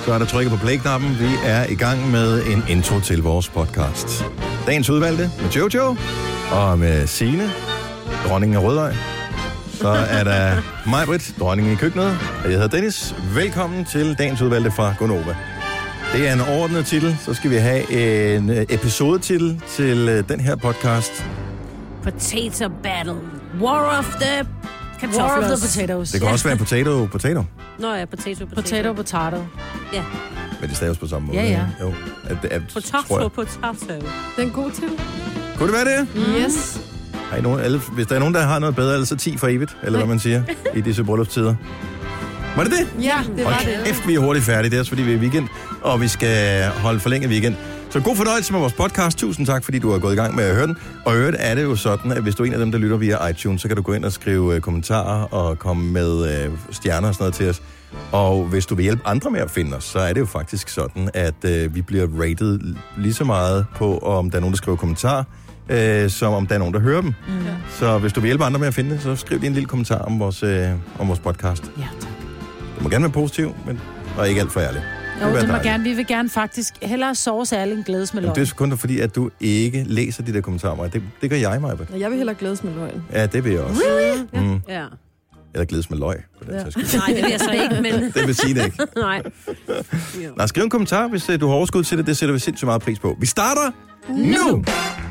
så er der trykket på play-knappen. Vi er i gang med en intro til vores podcast. Dagens udvalgte med Jojo og med Signe, dronningen af Rødøj. Så er der Maj-Brit, dronningen i køkkenet, og jeg hedder Dennis. Velkommen til dagens udvalgte fra Gonova. Det er en overordnet titel, så skal vi have en episodetitel til den her podcast. Potato Battle. War of the potatoes. Det kan også være potato. Nå ja, potato. Ja. Men det staves på samme måde. Ja. Jo. Potato. Det er en god titel. Kunne det være det? Yes. Hvis der er nogen, der har noget bedre, eller så 10 for evigt, eller hvad man siger, i disse bryllupstider. Var det det? Ja, det var det. Efter vi er hurtigt færdige, det er også fordi vi er i weekend, og vi skal holde forlænget weekend. Så god fornøjelse med vores podcast. Tusind tak, fordi du har gået i gang med at høre den. Og i øvrigt er det jo sådan, at hvis du er en af dem, der lytter via iTunes, så kan du gå ind og skrive kommentarer og komme med stjerner og sådan noget til os. Og hvis du vil hjælpe andre med at finde os, så er det jo faktisk sådan, at vi bliver rated lige så meget på, om der er nogen, der skriver kommentarer, som om der er nogen, der hører dem. Mm. Så hvis du vil hjælpe andre med at finde det, så skriv lige en lille kommentar om vores podcast. Ja, tak. Det må gerne være positiv, men og ikke alt for ærligt. Jo, det må gerne. Vi vil gerne faktisk hellere sove særligt end glædes med løgn. Det er kun fordi, at du ikke læser de der kommentarer, Maja. Det gør jeg, Maja. Jeg vil hellere glædes med løgn. Ja, det vil jeg også. Really? Mm. Ja. Eller glædes med løg, på den sags skyld. Nej, det vil jeg så ikke, men... Det vil sige det ikke. Nej. Nej, skriv en kommentar, hvis du har overskud til det. Det sætter vi sindssygt meget pris på. Vi starter nu!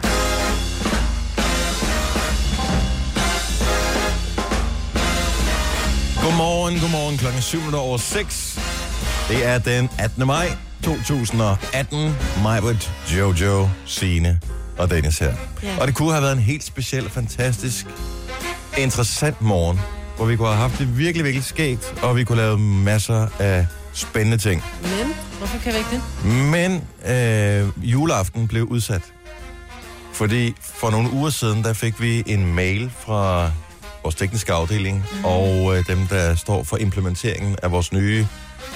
Godmorgen. Klokken 7:06. Det er den 18. maj 2018. Maj-Brit, Jojo, Signe og Dennis her. Yeah. Og det kunne have været en helt speciel, fantastisk, interessant morgen, hvor vi kunne have haft det virkelig, virkelig skægt, og vi kunne lave masser af spændende ting. Men, hvorfor kan vi ikke det? Men juleaften blev udsat. Fordi for nogle uger siden, der fik vi en mail fra vores tekniske afdeling, og dem, der står for implementeringen af vores nye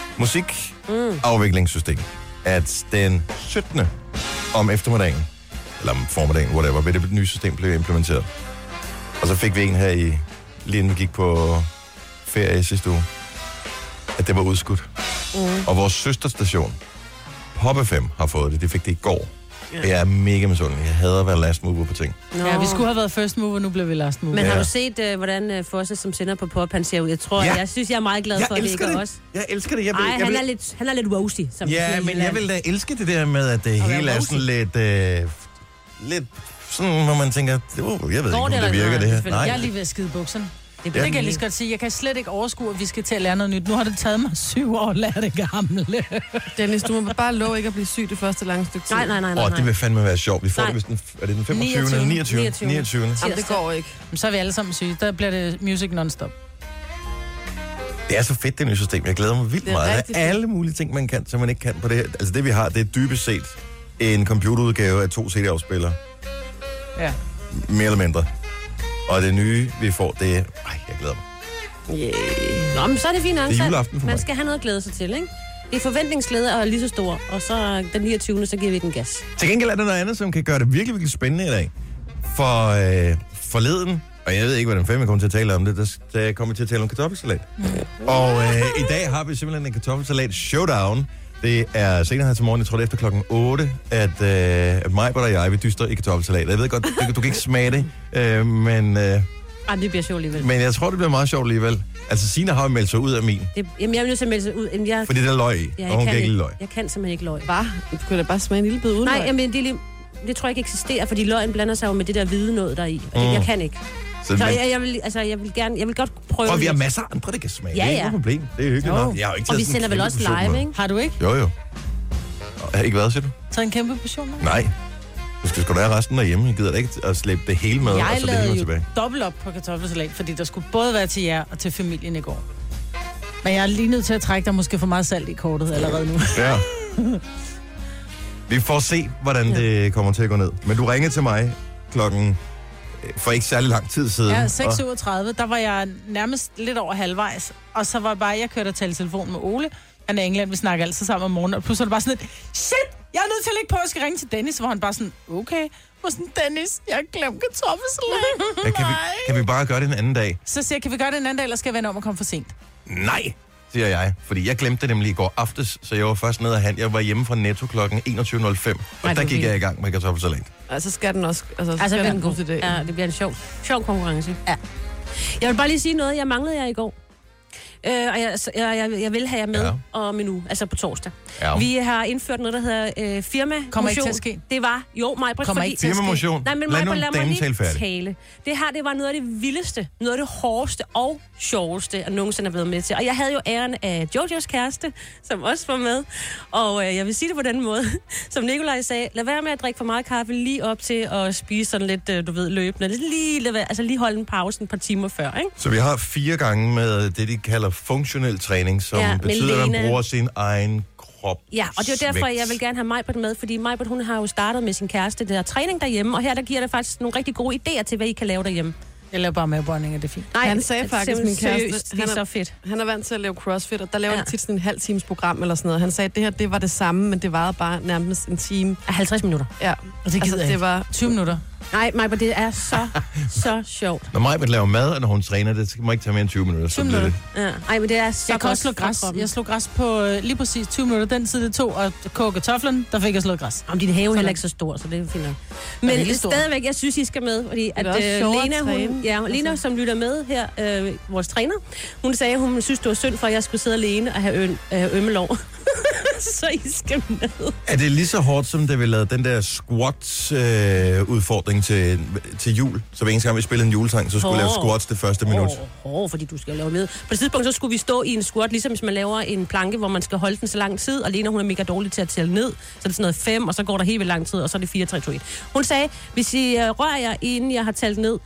musikafviklingssystem, at den 17. om eftermiddagen, eller om formiddagen, whatever, vil det nye system blive implementeret. Og så fik vi en her lige inden vi gik på ferie sidste uge, at det var udskudt. Og vores søsterstation, Pop FM, har fået det. De fik det i går. Jeg er mega misundelig. Jeg hader at være last mover på ting. Ja, vi skulle have været first mover, nu bliver vi last mover. Men har du set, hvordan Fosse, som sender på Pop, han ser ud? Jeg synes, jeg er meget glad for, at det ikke er os. Jeg elsker det. Han er lidt rosy. Som men jeg vil da elske det der med, at det hele er sådan lidt sådan, hvor man tænker, jeg ved ikke, om det virker det her. Nej. Jeg er lige ved at skide bukserne. Det kan jeg lige så godt sige. Jeg kan slet ikke overskue, at vi skal til at lære noget nyt. Nu har det taget mig 7 år at lære det gamle. Dennis, du må bare love ikke at blive syg det første lange stykke tid. Nej. Det vil fandme være sjovt. Vi får det, er det den 25. eller 29. Jamen, det går ikke. Så er vi alle sammen syge. Der bliver det music non-stop. Det er så fedt, det nye system. Jeg glæder mig vildt meget. Der er alle mulige ting, man kan, som man ikke kan på det her. Altså det, vi har, det er dybest set en computerudgave af 2 CD-afspillere. Ja. Mere eller mindre. Og det nye, vi får, det er... jeg glæder mig. Yeah. Nå, men så er det fint. Det er juleaften for mig. Man skal have noget at glæde sig til, ikke? Det er forventningsglæde og er lige så stor. Og så den 29. så giver vi den gas. Til gengæld er der noget andet, som kan gøre det virkelig, virkelig spændende i dag. For forleden, og jeg ved ikke, hvordan jeg kommer til at tale om det, der kommer til at tale om kartoffelsalat. Og i dag har vi simpelthen en kartoffelsalat showdown. Det er senere her til morgen, jeg tror det er efter klokken 8, at mig og jeg, vi dyster i kartoffelsalat. Jeg ved godt, du kan ikke smage det, men... det bliver sjovt alligevel. Men jeg tror, det bliver meget sjovt alligevel. Altså, Signe har jo meldt sig ud af min. Jamen, jeg vil nødt til at melde sig ud. Fordi der er løg i, og hun kan ikke lide løg. Jeg kan simpelthen ikke løg. Bare? Du kunne da bare smage en lille bid uden Nej, løg. jamen, det tror jeg ikke eksisterer, fordi løgn blander sig jo med det der hvide noget deri. Og jeg kan ikke. Så jeg vil godt prøve. Og vi har masser af andre, det kan smage. Ja. Det er ikke noget problem. Det er hyggeligt nok. Jeg har ikke og vi sender vel også live, ikke? Har du ikke? Jo. Jeg har ikke været, siger du? Så en kæmpe portion? Nej. Du skal sgu da have resten derhjemme. Jeg gider da ikke at slæbe det hele med, og så det hele med tilbage. Jeg lavede jo dobbelt op på kartoffelsalat, fordi der skulle både være til jer og til familien i går. Men jeg er lige nødt til at trække, der måske for meget salt i kortet allerede nu. Ja. Vi får se, hvordan det kommer til at gå ned. Men du ringede til mig klokken for ikke særlig lang tid siden. Ja, 6:37, der var jeg nærmest lidt over halvvejs. Og så var jeg kørte og talte telefon med Ole. Han er i England, vi snakker altid sammen om morgenen. Og pludselig var det bare sådan lidt, shit, jeg er nødt til at lægge på, at jeg skal ringe til Dennis. Hvor han bare sådan, okay. Og sådan, Dennis, jeg har glemt kartoffelsalat. Kan vi bare gøre det en anden dag? Så siger jeg, kan vi gøre det en anden dag, eller skal jeg vende om og komme for sent? Nej, siger jeg. Fordi jeg glemte det nemlig i går aftes, så jeg var først nede og handle. Jeg var hjemme fra Netto klokken 21.05, og der gik jeg i gang med kartoffelsalat. Altså skal den også... Altså skal den den god til det. Ja, det bliver en sjov konkurrence. Ja. Jeg vil bare lige sige noget. Jeg manglede jer i går. Og jeg vil have jer med om en uge, altså på torsdag. Ja. Vi har indført noget, der hedder firma-motion. Kommer ikke til at ske. Det var, kommer ikke til at ske. Firma-motion. Nej, men lad mig lige tale. Det her, det var noget af det vildeste, noget af det hårdeste og sjoveste, jeg nogensinde har været med til. Og jeg havde jo æren af Jojos kæreste, som også var med. Og jeg vil sige det på den måde, som Nikolaj sagde, lad være med at drikke for meget kaffe lige op til at spise sådan lidt, du ved, løbende. Lige holde en pause et par timer før, ikke? Så vi har 4 gange med det, de kalder funktionel træning, som betyder, at man bruger sin egen krop. Ja, og det er derfor, jeg vil gerne have Majbert med, fordi Majbert, hun har jo startet med sin kæreste, der træning derhjemme, og her der giver det faktisk nogle rigtig gode idéer til, hvad I kan lave derhjemme. Jeg laver bare madbrænding, er det fint? Nej, han sagde faktisk, min kæreste, det er så fedt. Han er vant til at lave crossfit, og der laver han tit sådan en halv times program eller sådan noget. Han sagde, at det her, det var det samme, men det varede bare nærmest en time. 50 minutter. Ja, og det gider det var 20 minutter. Nej, Majbert, det er så sjovt. Når Majbert laver mad, og når hun træner det, så kan man ikke tage mere end 20 minutter. 20 minutter. Ja. Ej, men det er så jeg kan også slå græs. Jeg slog græs på lige præcis 20 minutter. Den tid det tog at koge kartoflen, der fik jeg slået græs. Jamen, din have er heller ikke så stor, så det er fint nok. Men stadigvæk, jeg synes, I skal med, fordi at Lena, som lytter med her, vores træner, hun sagde, at hun synes, det var synd for, at jeg skulle sidde alene og have ømmelov. Så I skal med. Er det lige så hårdt, som det vi lavede den der squat-udfordring til jul? Så hver eneste gang vi spillede en julesang, så skulle vi lave squats det første minut. Fordi du skal lave med. På det tidspunkt, så skulle vi stå i en squat, ligesom hvis man laver en planke, hvor man skal holde den så lang tid, og Lena, hun er mega dårlig til at tælle ned. Så er det sådan noget 5, og så går der helt vildt lang tid, og så er det 4, 3, 2, 1. Hun sagde, hvis I rører jer, inden jeg har talt ned,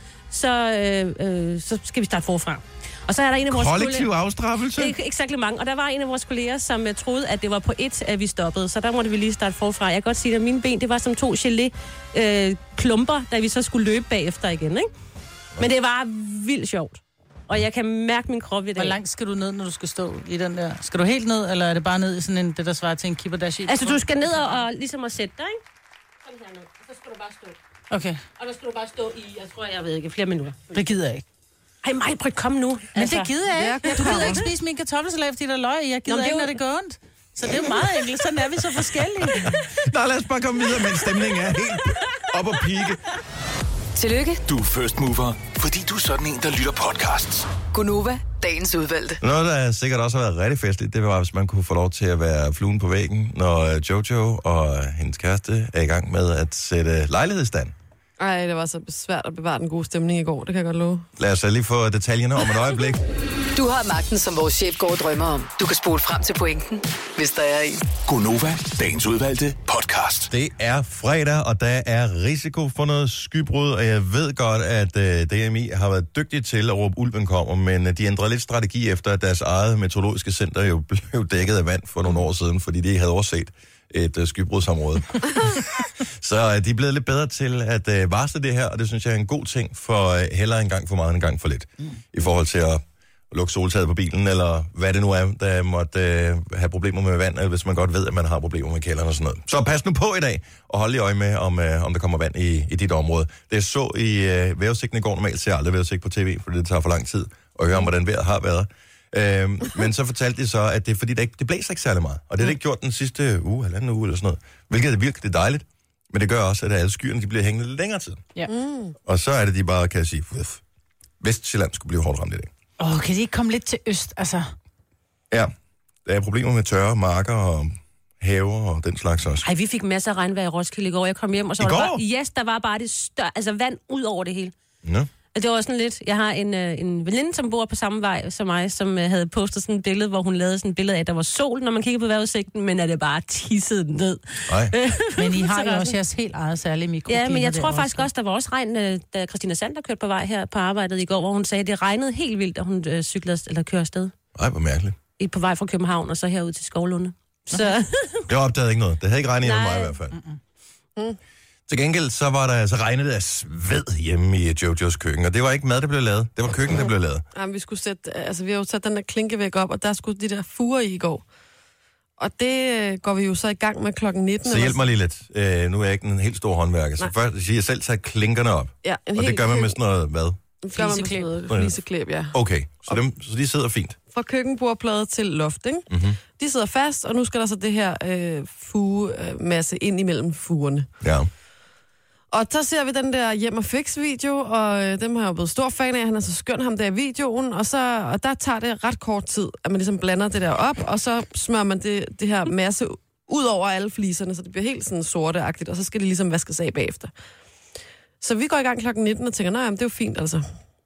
så skal vi starte forfra. Og så er der en af vores kollektiv afstraffelse? Ikke særlig mange. Og der var en af vores kolleger, som troede, at det var på 1, at vi stoppede. Så der måtte vi lige starte forfra. Jeg kan godt sige, at mine ben, det var som 2 gelé-klumper, da vi så skulle løbe bagefter igen, ikke? Men det var vildt sjovt. Og jeg kan mærke min krop i dag. Hvor langt skal du ned, når du skal stå i den der? Skal du helt ned, eller er det bare ned i sådan en, det der svarer til en kipperdash? Altså, du skal ned og ligesom at sætte dig, ikke? Kom herned. Og så skal du bare stå. Okay. Og der skal du bare stå i, jeg ved ikke, flere minutter. Det gider jeg ikke. Ej, Majbrit, kom nu. Men det gider jeg ikke. Du gider ikke spise min kartoffelsalat, fordi der er løg. Jeg gider ikke, når det går ondt. Så det er jo meget enkelt. Sådan er vi så forskellige. Nå, lad os bare komme videre, men stemningen er helt op og pike. Tillykke. Du er first mover, fordi du er sådan en, der lytter podcasts. Gunova, dagens udvalgte. Noget, der sikkert også har været rigtig festligt, det var, hvis man kunne få lov til at være fluen på væggen, når Jojo og hendes kæreste er i gang med at sætte lejlighedsstand. Ej, det var så svært at bevare den gode stemning i går, det kan jeg godt love. Lad os lige få detaljerne om et øjeblik. Du har magten, som vores chef går og drømmer om. Du kan spole frem til pointen, hvis der er en. Gunova, dagens udvalgte podcast. Det er fredag, og der er risiko for noget skybrud, og jeg ved godt, at DMI har været dygtige til at råbe ulven kommer, men de ændrede lidt strategi efter, at deres eget meteorologiske center jo blev dækket af vand for nogle år siden, fordi de havde overset et skybrudsområde. Så de er blevet lidt bedre til at varsle det her, og det synes jeg er en god ting, for hellere en gang for meget, en gang for lidt. I forhold til at lukke soltaget på bilen, eller hvad det nu er, der måtte have problemer med vand, eller hvis man godt ved, at man har problemer med kælderen og sådan noget. Så pas nu på i dag, og hold lige øje med, om der kommer vand i dit område. Det så i vejrudsigten i går. Normalt ser jeg aldrig vejrudsigt på tv, fordi det tager for lang tid at høre om, hvordan vejret har været. Men så fortalte de så, at det er fordi, det blæser ikke særlig meget. Og det har det ikke gjort den sidste halvanden uge eller sådan noget. Hvilket er virkelig dejligt. Men det gør også, at alle skyerne de bliver hængende lidt længere tid. Ja. Og så er det, de bare kan sige, Vestjylland skulle blive hårdt ramt i dag. Kan de ikke komme lidt til øst, altså? Ja, der er problemer med tørre marker og haver og den slags også. Ej, vi fik masser af regnvejr i Roskilde i går. Jeg kom hjem, og så var der bare, der var bare det større, vand ud over det hele. Ja. Det var sådan lidt, jeg har en veninde, som bor på samme vej som mig, som havde postet sådan et billede, hvor hun lavede sådan et billede af, at der var sol, når man kigger på vejrudsigten, men er det bare tisset ned. Men I har jo også jeres helt eget særlige mikroklima. Ja, men jeg tror faktisk også, der var også regn, da Christina Sander kørte på vej her på arbejdet i går, hvor hun sagde, at det regnede helt vildt, da hun kører afsted. Ej, hvor mærkeligt. På vej fra København og så herud til Skovlunde. Så... Jeg opdagede ikke noget. Det havde ikke regnet hjemme mig i hvert fald. Til gengæld så var der så regnede det af sved hjemme i Jojos køkken, og det var ikke mad, der blev lavet. Det var køkken, der blev lavet. Jamen, vi har jo sat den der klinkevæg op, og der skulle de der fuger i går. Og det går vi jo så i gang med klokken 19. Så hjælp mig lige lidt. Nu er jeg ikke en helt stor håndværker. Så først siger jeg selv, tage klinkerne op. Ja, og det gør man med sådan noget, hvad? Gør man på sådan noget fliseklæb, ja. Okay, så de sidder fint. Fra køkkenbordplade til loft, ikke? Mm-hmm. De sidder fast, og nu skal der så det her fugemasse ind imellem fugerne. Ja. Og så ser vi den der Hjem og Fix-video, og dem har jeg jo blevet stor fan af. Han er så skøn, ham der i videoen. Og der tager det ret kort tid, at man ligesom blander det der op, og så smører man det her masse ud over alle fliserne, så det bliver helt sådan sorteagtigt, og så skal det ligesom vaskes af bagefter. Så vi går i gang kl. 19 og tænker, nej, det er jo fint, altså.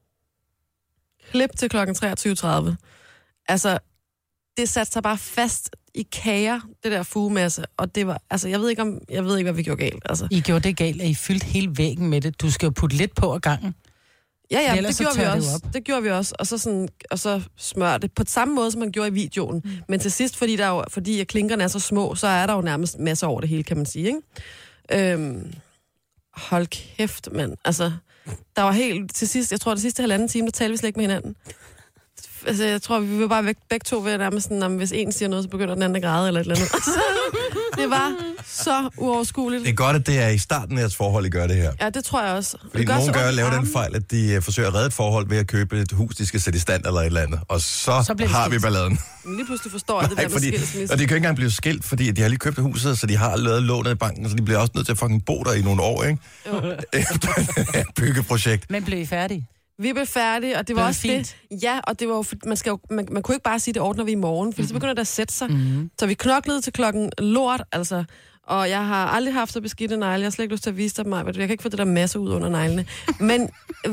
Klip til kl. 23.30. Altså, det satte sig bare fast i kager, det der fugemasse, og det var, altså, jeg ved ikke, hvad vi gjorde galt, altså. I gjorde det galt, at I fyldte hele væggen med det. Du skal jo putte lidt på ad gangen. Ja, det gjorde vi også, og så smør det på samme måde, som man gjorde i videoen. Men til sidst, fordi klinkerne er så små, så er der jo nærmest masser over det hele, kan man sige, ikke? Hold kæft, mand. Altså, der var helt til sidst, jeg tror, det sidste halvanden time, der talte vi slet ikke med hinanden. Altså, jeg tror, vi var bare begge to ved nærmest sådan, at hvis en siger noget, så begynder den anden at græde eller et eller andet. Det var så uoverskueligt. Det er godt, at det er i starten af jeres forhold, I gør det her. Ja, det tror jeg også. Fordi nogen laver den fejl, at de forsøger at redde et forhold ved at købe et hus, de skal sætte i stand eller et eller andet. Og så har vi balladen. Lige pludselig forstår jeg det der med skilsmisse. Og de kan ikke engang blive skilt, fordi de har lige købt huset, så de har lavet lånet i banken, så de bliver også nødt til at fucking bo der i nogle år, ikke? Efter et byggeprojekt. Men blev I færdige? Vi blev færdige, og det var også fint. Det. Ja, og det var jo, man kunne ikke bare sige, det ordner vi i morgen, for så begynder det at sætte sig. Mm-hmm. Så vi knoklede til klokken lort, altså. Og jeg har aldrig haft så beskidte negle. Jeg har slet ikke lyst til at vise dig mig, men jeg kan ikke få det der masse ud under neglene. Men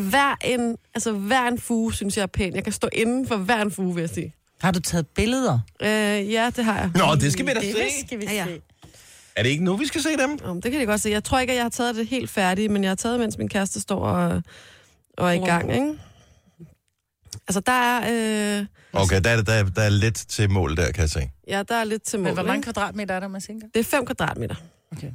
hver en fuge, synes jeg er pæn. Jeg kan stå inden for hver en fuge, vil jeg sige. Har du taget billeder? Ja, det har jeg. Nå, det skal vi da se. Ja. Er det ikke nu, vi skal se dem? Det kan jeg godt se. Jeg tror ikke, at jeg har taget det helt færdigt, men jeg har taget, mens min kæreste står og er i gang, ikke? Altså, der er... Okay, der er lidt til mål der, kan jeg se. Ja, der er lidt til mål. Men hvor mange kvadratmeter er der, man tænker? Det er 5 kvadratmeter. Okay.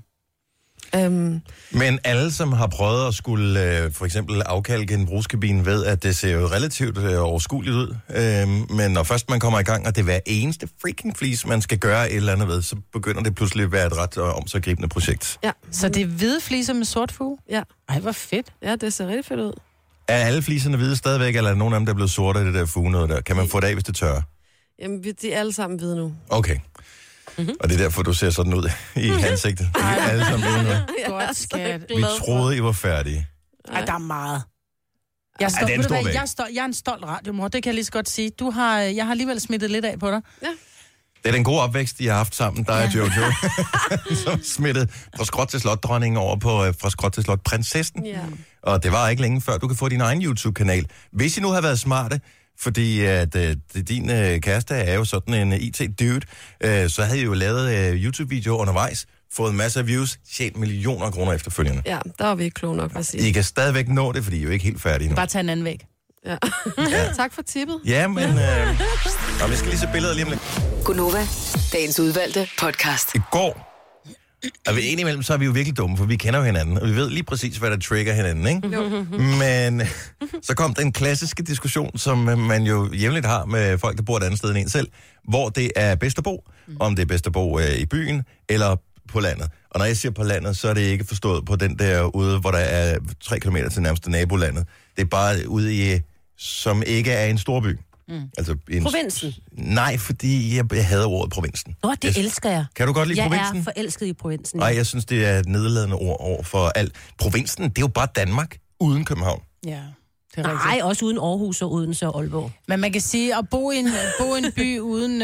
Men alle, som har prøvet at skulle for eksempel afkalke en brugskabine, ved, at det ser jo relativt overskueligt ud. Men når først man kommer i gang, og det er hver eneste freaking flis, man skal gøre et eller andet ved, så begynder det pludselig at være et ret omsiggribende projekt. Ja. Så det er hvide fliser med sort fuge? Ja. Ej, hvor fedt. Ja, det ser rigtig fedt ud. Er alle fliserne hvide stadigvæk, eller er der nogen af dem, der er blevet sorte af det der fuge noget der? Kan man få det af, hvis det tørrer? Jamen, de er alle sammen hvide nu. Okay. Mm-hmm. Og det er derfor, du ser sådan ud i ansigtet. I er alle sammen hvide nu. Godt, skat. Vi troede, I var færdige. Ej, der er meget. Jeg er en stolt radiomor, det kan jeg lige så godt sige. Jeg har alligevel smittet lidt af på dig. Ja. Det er den gode opvækst, I har haft sammen, der er Jojo. Som smittet fra skråt til slot dronningen over på fra skråt til slot prinsessen. Ja. Og det var ikke længe før, du kan få din egen YouTube-kanal. Hvis I nu har været smarte, fordi at din kæreste er jo sådan en IT-dude, så havde I jo lavet YouTube-videoer undervejs, fået masser af views, tjent millioner af kroner efterfølgende. Ja, der var vi ikke kloge nok, at sige. I kan stadigvæk nå det, fordi I er jo ikke helt færdige nu. Bare tage en anden væg. Ja. Tak for tippet. Ja, men vi skal lige se billeder lige om lidt. Gunova, dagens udvalgte podcast. I går, og vi indimellem, så er vi jo virkelig dumme, for vi kender jo hinanden, og vi ved lige præcis, hvad der trigger hinanden, ikke? Jo. Men så kom den klassiske diskussion, som man jo jævnligt har med folk, der bor et andet sted end en selv, hvor det er bedst at bo, om det er bedst at bo i byen eller på landet. Og når jeg siger på landet, så er det ikke forstået på den der ude, hvor der er 3 kilometer til nærmeste nabolandet. Det er bare ude i, som ikke er en storby. Altså provinsen? Nej, fordi jeg hader ordet provinsen. Nå, det elsker jeg. Kan du godt lide provinsen? Jeg er forelsket i provinsen. Nej, jeg synes, det er et nedladende ord over for alt. Provinsen, det er jo bare Danmark uden København. Ja, det er rigtigt. Nej, også uden Aarhus og Odense og Aalborg. Men man kan sige, at bo i en by uden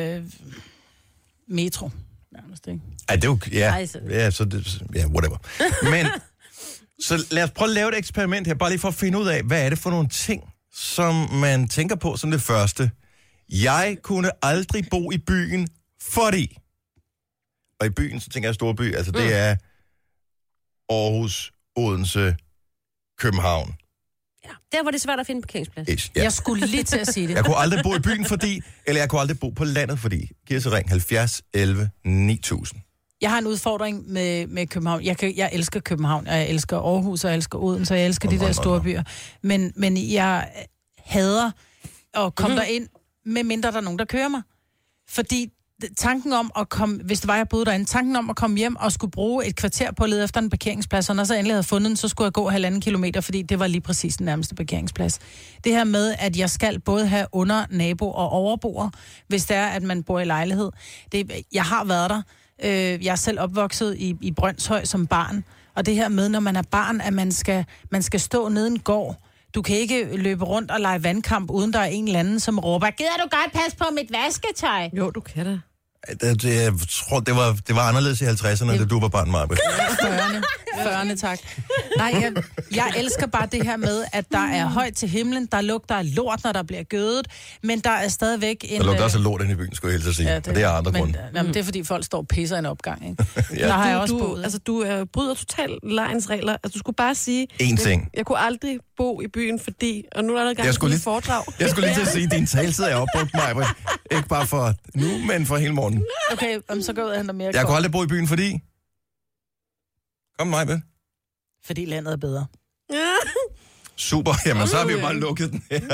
metro. Nærmest, ikke? Ej, det er jo... Ja, whatever. Men, så lad os prøve at lave et eksperiment her, bare lige for at finde ud af, hvad er det for nogle ting, som man tænker på som det første. Jeg kunne aldrig bo i byen, fordi... Og i byen, så tænker jeg storby, altså det er Aarhus, Odense, København. Ja, der hvor det er svært at finde parkeringsplads. Ja. Jeg skulle lige til at sige det. Jeg kunne aldrig bo i byen, fordi... Eller jeg kunne aldrig bo på landet, fordi... Giv os ring 70 11 9000. Jeg har en udfordring med København. Jeg elsker København, og jeg elsker Aarhus, og jeg elsker Odense, og jeg elsker de der store byer. Men jeg hader at komme derind, med mindre der er nogen, der kører mig. Fordi tanken om at komme, hvis det var, jeg boede derinde, tanken om at komme hjem og skulle bruge et kvarter på at lede efter en parkeringsplads, og når så endelig havde fundet den, så skulle jeg gå 1,5 kilometer, fordi det var lige præcis den nærmeste parkeringsplads. Det her med, at jeg skal både have under nabo og overboer, hvis det er, at man bor i lejlighed. Jeg har været der. Jeg er selv opvokset i Brønshøj som barn, og det her med, når man er barn, at man skal stå nede i en gård. Du kan ikke løbe rundt og lege vandkamp, uden der er en eller anden, som råber, gider du godt passe på mit vasketøj? Jo, du kan det. Jeg tror, det var anderledes i 50'erne, da du var barn, Marbet. 40'erne, tak. Nej, jeg elsker bare det her med, at der er højt til himlen, der lugter af lort, når der bliver gødet, men der er stadigvæk en... Der lugter også af lort inde i byen, skulle jeg helst sige, ja, og det er andre grunde. Jamen, det er fordi, folk står og pisser i en opgang, ikke? Ja. Der har jeg også boet. Altså, du bryder totalt lejens regler. Altså, du skulle bare sige... En ting. Jeg kunne aldrig bo i byen, fordi... Og nu er der gang til et foredrag. Jeg skulle lige til at sige, at din taletid er opbrugt, Marbet. Ikke bare for nu, men for hele morgenen. Okay, så går ud og henter mere. Jeg kunne aldrig bo i byen, fordi... Kom, Marbet. Fordi landet er bedre. Super, jamen så har vi jo bare lukket den her.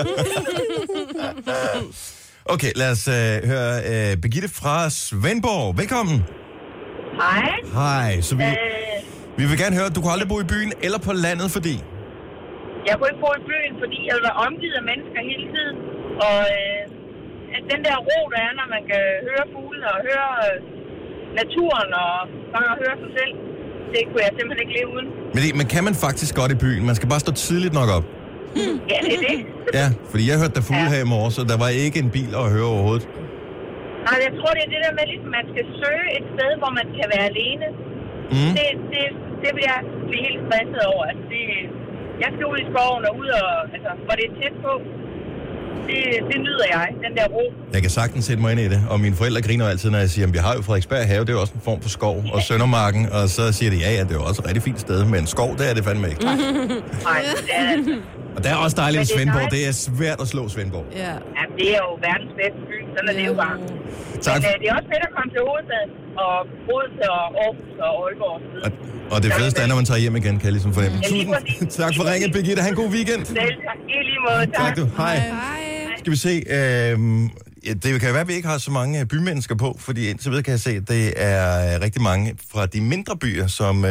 Okay, lad os høre Birgitte fra Svendborg. Velkommen. Hej. Hej, så vi vil gerne høre, at du kunne aldrig bo i byen eller på landet, fordi... Jeg kunne ikke bo i byen, fordi jeg vil være omgivet af mennesker hele tiden. Og den der ro, der er, når man kan høre fuglene og høre naturen og bare høre sig selv, det kunne jeg simpelthen ikke leve uden. Men kan man faktisk godt i byen? Man skal bare stå tidligt nok op. Ja, det er det. Ja, fordi jeg hørte der fugle her i morges, så der var ikke en bil at høre overhovedet. Nej, jeg tror, det er det der med, at man skal søge et sted, hvor man kan være alene. Det vil jeg blive helt stresset over. Altså, jeg skal ud i skoven og ud og, altså, hvor det er tæt på. Det nyder jeg, den der ro. Jeg kan sagtens sætte mig ind i det, og mine forældre griner altid, når jeg siger, at vi har jo Frederiksberg Have, det er jo også en form for skov, og Søndermarken, og så siger de, ja, det er jo også et rigtig fint sted, men skov, det er det fandme ikke. Nej, det er det. Og der er også dejligt i Svendborg, det er svært at slå Svendborg. Ja, det er jo verdens bedste by, sådan er det jo bare. Tak. Men det er også fedt at komme til hovedstaden, og Odense og Aarhus og Aalborg og så videre. Og det fedeste er, når man tager hjem igen, kan jeg ligesom fornemme. Tak for ringet, Birgitte. Ha' en god weekend. Selv tak. I lige måde. Tak du. Hej. Skal vi se. Det kan være, at vi ikke har så mange bymennesker på, fordi indtil videre kan jeg se, at det er rigtig mange fra de mindre byer,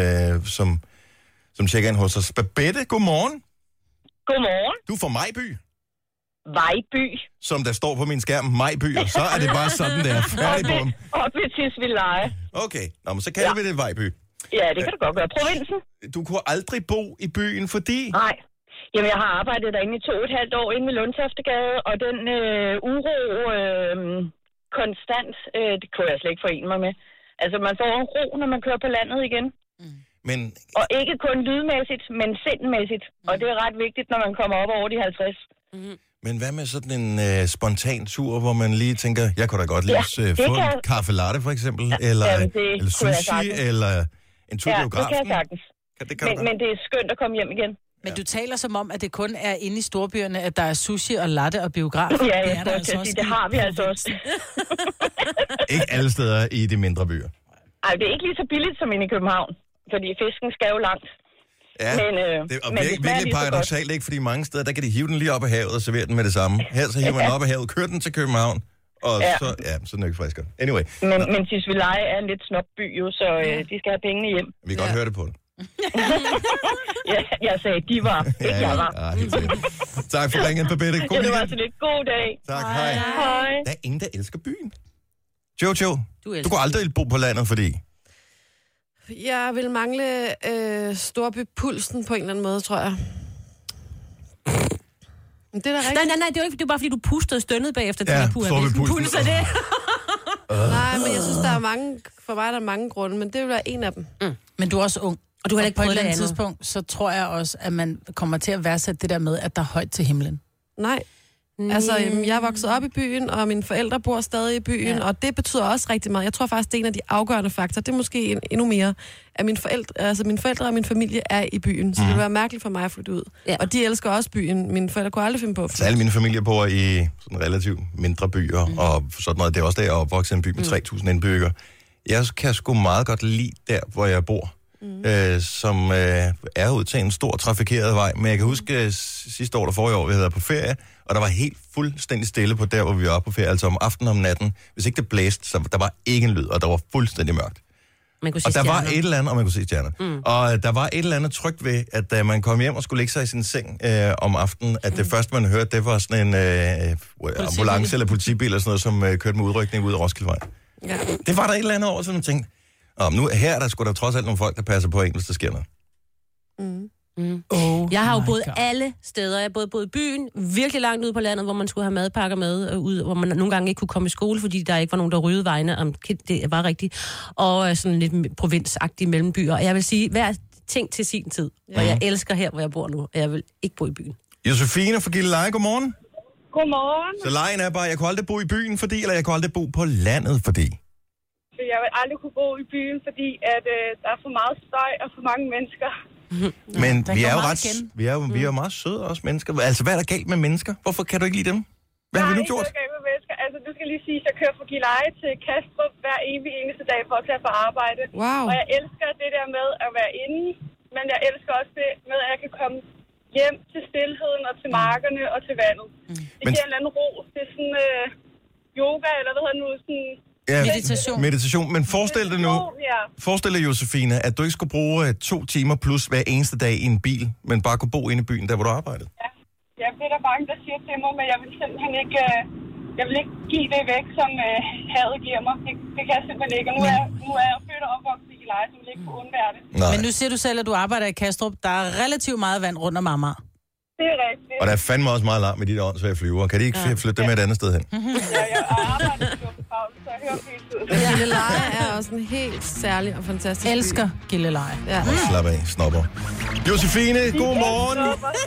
som tjekker ind hos os. Babette, godmorgen. Godmorgen. Du er fra Majby. Vejby. Som der står på min skærm, Majby, og så er det bare sådan, der. Færdig på dem. Og ved Tisvildeleje. Okay, nå, men så kalder vi det Vejby. Ja, det kan du godt gøre. Provinsen. Du kunne aldrig bo i byen, fordi... Nej. Jamen, jeg har arbejdet derinde i 2,5 år inde ved Lundtoftegade, og den uro konstant, det kunne jeg slet ikke forene mig med. Altså, man får en ro, når man kører på landet igen. Men... Og ikke kun lydmæssigt, men sindmæssigt. Og det er ret vigtigt, når man kommer op over de 50. Men hvad med sådan en spontan tur, hvor man lige tænker, jeg kunne da godt lide få en kaffe latte, for eksempel, eller sushi, eller en tur i biografen? Det kan jeg sagtens. Men det er skønt at komme hjem igen. Men du taler som om, at det kun er inde i storbyerne, at der er sushi og latte og biograf. Ja, jeg skal altså sige, det har vi altså også. Ikke alle steder i de mindre byer. Ej, det er ikke lige så billigt som inde i København, fordi fisken skal jo langt. Ja, det er virkelig paradoksalt, ikke? Fordi mange steder, der kan de hive den lige op af havet og servere den med det samme. Her så hiver man op af havet, kører den til København, og så er den ikke friskere. Anyway. Men Tisvildeleje er en lidt snopby jo, så de skal have pengene hjem. Vi kan godt høre det på det. Ja, jeg sagde, de var. Ikke jeg var. Tak for ringen, Babette. God det var så lidt god dag. Tak, hej. Der er ingen, der elsker byen. Jojo, du kunne aldrig bo på landet, fordi... Jeg vil mangle storbypulsen på en eller anden måde, tror jeg. Men det er da rigtigt. Nej, det er jo ikke, det er bare fordi, du pustede og stønnede bagefter. Ja, storbypulsen. Nej, men jeg synes, der er mange, for mig der er mange grunde, men det vil være en af dem. Men du er også ung. Og du har ikke på et eller andet tidspunkt, så tror jeg også, at man kommer til at værdsætte det der med, at der er højt til himlen. Nej. Altså, jeg er vokset op i byen, og mine forældre bor stadig i byen, og det betyder også rigtig meget. Jeg tror faktisk, det er en af de afgørende faktorer. Det er måske endnu mere, at mine forældre og min familie er i byen, så det vil være mærkeligt for mig at flytte ud. Ja. Og de elsker også byen. Mine forældre kunne aldrig finde på at flytte. Så alle mine familier bor i sådan relativt mindre byer, og sådan noget. Det er også der, jeg er opvokset i en by med 3.000 indbyggere. Jeg kan sgu meget godt lide der, hvor jeg bor. som er ud til en stor trafikeret vej. Men jeg kan huske sidste år, der forrige år, vi havde været på ferie, og der var helt fuldstændig stille på der, hvor vi var på ferie, altså om aftenen og om natten. Hvis ikke det blæste, så der var ikke en lyd, og der var fuldstændig mørkt. Man kunne se og der stjerner. var et eller andet, og man kunne se stjerner. Og der var et eller andet trygt ved, at da man kom hjem og skulle ligge sig i sin seng om aftenen, at det første, man hørte, det var sådan en ambulance eller politibil eller sådan noget, som kørte med udrykning ud af Roskildevej. Ja. Det var der et eller andet over, så man tænkte, nu her er der sgu da trods alt nogle folk, der passer på en, hvis der sker noget. Jeg har jo boet alle steder. Jeg har både boet i byen, virkelig langt ude på landet, hvor man skulle have madpakker med ud, hvor man nogle gange ikke kunne komme i skole, fordi der ikke var nogen, der ryddede vejene, om det var rigtigt. Og sådan lidt provinsagtige mellembyer. Og jeg vil sige, hver ting til sin tid. Og jeg elsker her, hvor jeg bor nu, og jeg vil ikke bo i byen. Josefine fra Gilleleje, godmorgen. Godmorgen. Så lejen er bare, jeg kunne aldrig bo i byen, fordi, eller jeg kunne aldrig bo på landet, fordi... Så jeg vil aldrig kunne bo i byen, fordi at, der er for meget støj og for mange mennesker. Men vi er jo vi er jo meget søde også mennesker. Altså, hvad er der galt med mennesker? Hvorfor kan du ikke lide dem? Hvad har vi nu gjort? Nej, galt med mennesker. Altså, du skal lige sige, at jeg kører fra Gilleleje til Kastrup hver eneste dag for at tage på arbejde. Wow. Og jeg elsker det der med at være inde, men jeg elsker også det med, at jeg kan komme hjem til stilheden og til markerne og til vandet. Det giver en eller anden ro. Det er sådan yoga, eller hvad hedder nu, sådan... Ja, meditation. Men forestil dig, Josefine, at du ikke skulle bruge 2 timer plus hver eneste dag i en bil, men bare kunne bo inde i byen, der hvor du arbejdede. Ja, det er der mange, der siger til mig, men jeg vil simpelthen ikke, jeg vil ikke give det væk, som havet giver mig. Det kan jeg simpelthen ikke, og nu er jeg født og opvokset i Gilleleje, så vil ikke kunne undvære det. Nej. Men nu siger du selv, at du arbejder i Kastrup. Der er relativt meget vand rundt om Amager. Det er rigtigt. Og der er fandme også meget larm med de der åndssvage flyver. Kan de ikke flytte dem et andet sted hen? Ja, jeg arbejder i Storkøbenhavn, så jeg hører hele tiden. Gilleleje er også en helt særlig og fantastisk by. Elsker Gilleleje. Ja. Slap af, snopper. Josefine, god morgen.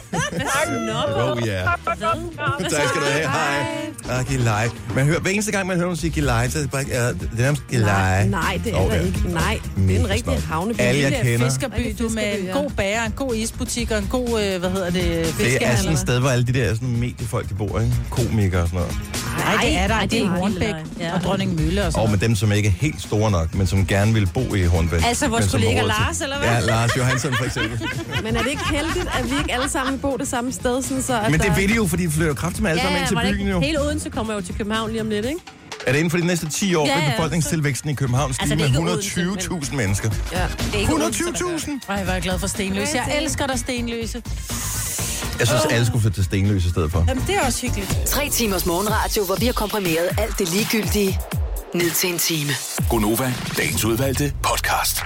Ja. Tak skal du have. Hej. Gilleleje. Man hører, hver eneste gang, man hører nogen sige Gilleleje, så er det bare det er nærmest Gilleleje. Nej, det er der ikke. Nej, det er en rigtig havneby. Alle jeg kender. Fiskerby, du med en god bager, en god isbutik og en god, Det er sådan et sted, hvor alle de der sådan mediefolk, de bor, ikke? Komikere og sådan noget. Nej, det er der. Det er Hornbæk og Dronning Mølle og sådan noget. Og med dem, som ikke er helt store nok, men som gerne vil bo i Hornbæk. Altså vores kollega Lars, eller hvad? Ja, Lars Johansson for eksempel. Men er det ikke heldigt, at vi ikke alle sammen vil bo det samme sted? Sådan så, at men det vil de jo, fordi de flytter kraftigt med alle sammen ind til byen jo. Hele Odense kommer jo til København lige om lidt, ikke? Er det inden for de næste 10 år, vil befolkningstilvæksten i København stige med 120.000 mennesker? Ja. 120.000? Ej, hvor er jeg glad for Stenløse. Jeg elsker dig, Stenløse. Jeg synes, alle skulle flytte til Stenløse i stedet for. Jamen, det er også hyggeligt. 3 timers morgenradio, hvor vi har komprimeret alt det ligegyldige ned til en time. Gonova, dagens udvalgte podcast.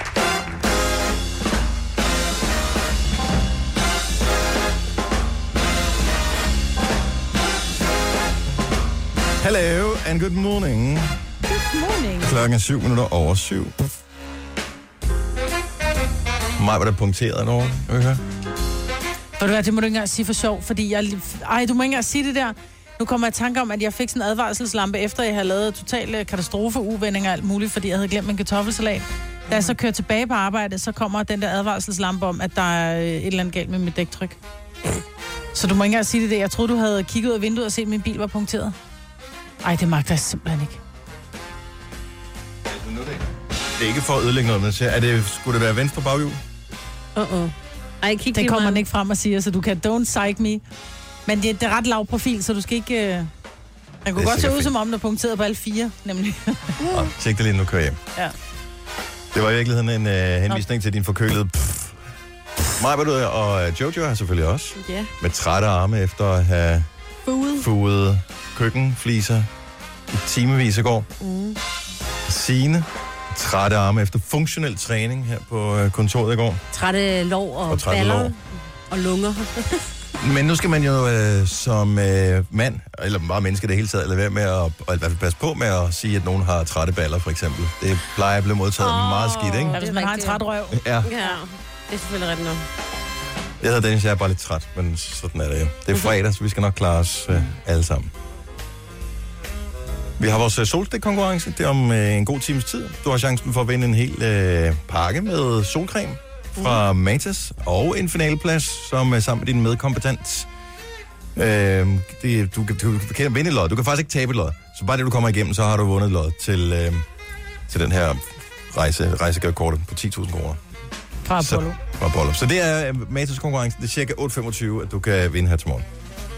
Hello and good morning. Good morning. Klokken er 7 minutter over 7. Mig var der punkteret over. Okay. Ved du hvad, det må du ikke engang sige for sjov, fordi du må ikke engang sige det der. Nu kommer jeg i tanke om, at jeg fik sådan en advarselslampe, efter jeg havde lavet totale katastrofe-uvendinger og alt muligt, fordi jeg havde glemt min kartoffelsalat. Da jeg så kører tilbage på arbejde, så kommer den der advarselslampe om, at der er et eller andet galt med mit dæktryk. Så du må ikke engang sige det der. Jeg troede, du havde kigget ud af vinduet og set, at min bil var punkteret. Ej, det magter jeg simpelthen ikke. Det er ikke for at ødelægge noget, men skulle det være venstre baghjul? Ej, det kommer man ikke frem og siger, så du kan don't psych me. Men det er ret lav profil, så du skal ikke... Man kunne godt se ud, som om der er punkteret på alle 4, nemlig. Tjek det lige, nu kører jeg hjem. Ja. Det var i virkeligheden en henvisning til din forkølede... Maja og Jojo har selvfølgelig også. Ja. Med trætte arme efter at have fuget køkkenfliser i timevis i går. Signe, trætte arme efter funktionel træning her på kontoret i går. Trætte lår og baller og lunger. Men nu skal man jo som mand, eller bare menneske det hele taget, lade være med at i hvert fald passe på med at sige, at nogen har trætte baller, for eksempel. Det plejer at blive modtaget meget skidt, ikke? Ja, hvis man har en træt røv. Ja. Det er selvfølgelig rigtigt nok. Jeg hedder Dennis, jeg er bare lidt træt, men sådan er det jo. Det er fredag, så vi skal nok klare os alle sammen. Vi har vores solstik-konkurrence. Det er om en god times tid. Du har chancen for at vinde en hel pakke med solcreme fra Matas og en finaleplads, som er sammen med din medkompetent. Du kan vinde et lod. Du kan faktisk ikke tabe et lod. Så bare det, du kommer igennem, så har du vundet et lod til den her rejsegavekortet på 10.000 kroner. Fra Apollo. Fra Apollo. Så det er Matrix-konkurrencen. Det er cirka 8.25, at du kan vinde her til morgen.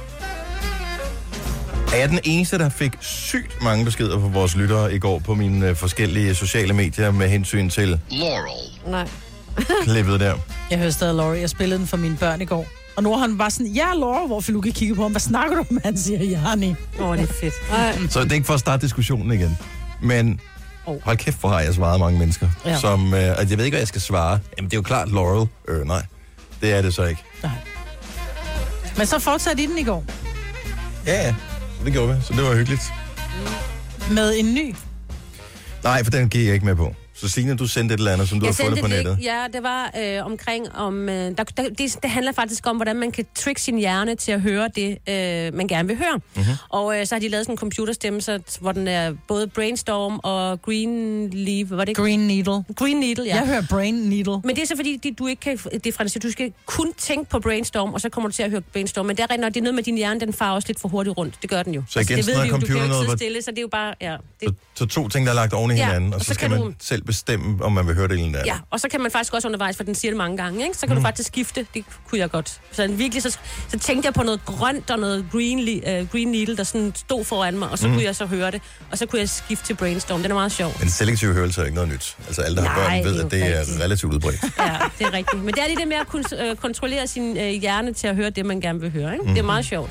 Er jeg den eneste, der fik sygt mange beskeder fra vores lyttere i går på mine forskellige sociale medier med hensyn til Laurel. Nej. klippet der? Jeg hørte stadig Laurie. Jeg spillede den for mine børn i går. Og nu har han bare sådan, ja, Laura, hvor Filuka kigger på ham. Hvad snakker du om? Han siger, Jani. Det er fedt. Så det er ikke for at starte diskussionen igen. Men hold kæft, hvor har jeg svaret mange mennesker. Ja. Som, jeg ved ikke, hvad jeg skal svare. Jamen, det er jo klart Laurel. Nej, det er det så ikke. Nej. Men så fortsatte I den i går. Ja, det gjorde vi. Så det var hyggeligt. Med en ny. Nej, for den gik jeg ikke med på. Så Signe, du sendte et eller andet, som du har fundet på nettet. Ja, det var omkring om... det handler faktisk om, hvordan man kan tricke sin hjerne til at høre det, man gerne vil høre. Mm-hmm. Og så har de lavet sådan en computerstemme, hvor den er både Brainstorm og Green Leaf. Var det ikke? Green Needle. Green Needle, ja. Jeg hører Brain Needle. Men det er så fordi, du ikke kan differentiere. Du skal kun tænke på Brainstorm, og så kommer du til at høre Brainstorm. Men det er rent, det er noget med din hjerne, den farer også lidt for hurtigt rundt. Det gør den jo. Så igen, det ved vi jo, du kan jo ikke sidde noget, stille, så det er jo bare... Ja, det... Så 2 ting, der er lagt oven i hinanden, og så skal man selv bestemme, om man vil høre det eller andet. Ja, og så kan man faktisk også undervejs, for den siger det mange gange, ikke? Så kan du faktisk skifte. Det kunne jeg godt. Så virkelig, så tænkte jeg på noget grønt og noget green needle, der sådan stod foran mig, og så kunne jeg så høre det. Og så kunne jeg skifte til Brainstorm. Den er meget sjov. Men selektiv hørelse er ikke noget nyt. Altså alle, der har børn, ved, at det er relativt udbredt. Ja, det er rigtigt. Men det er lige det med at kunne kontrollere sin hjerne til at høre det, man gerne vil høre, ikke? Det er meget sjovt.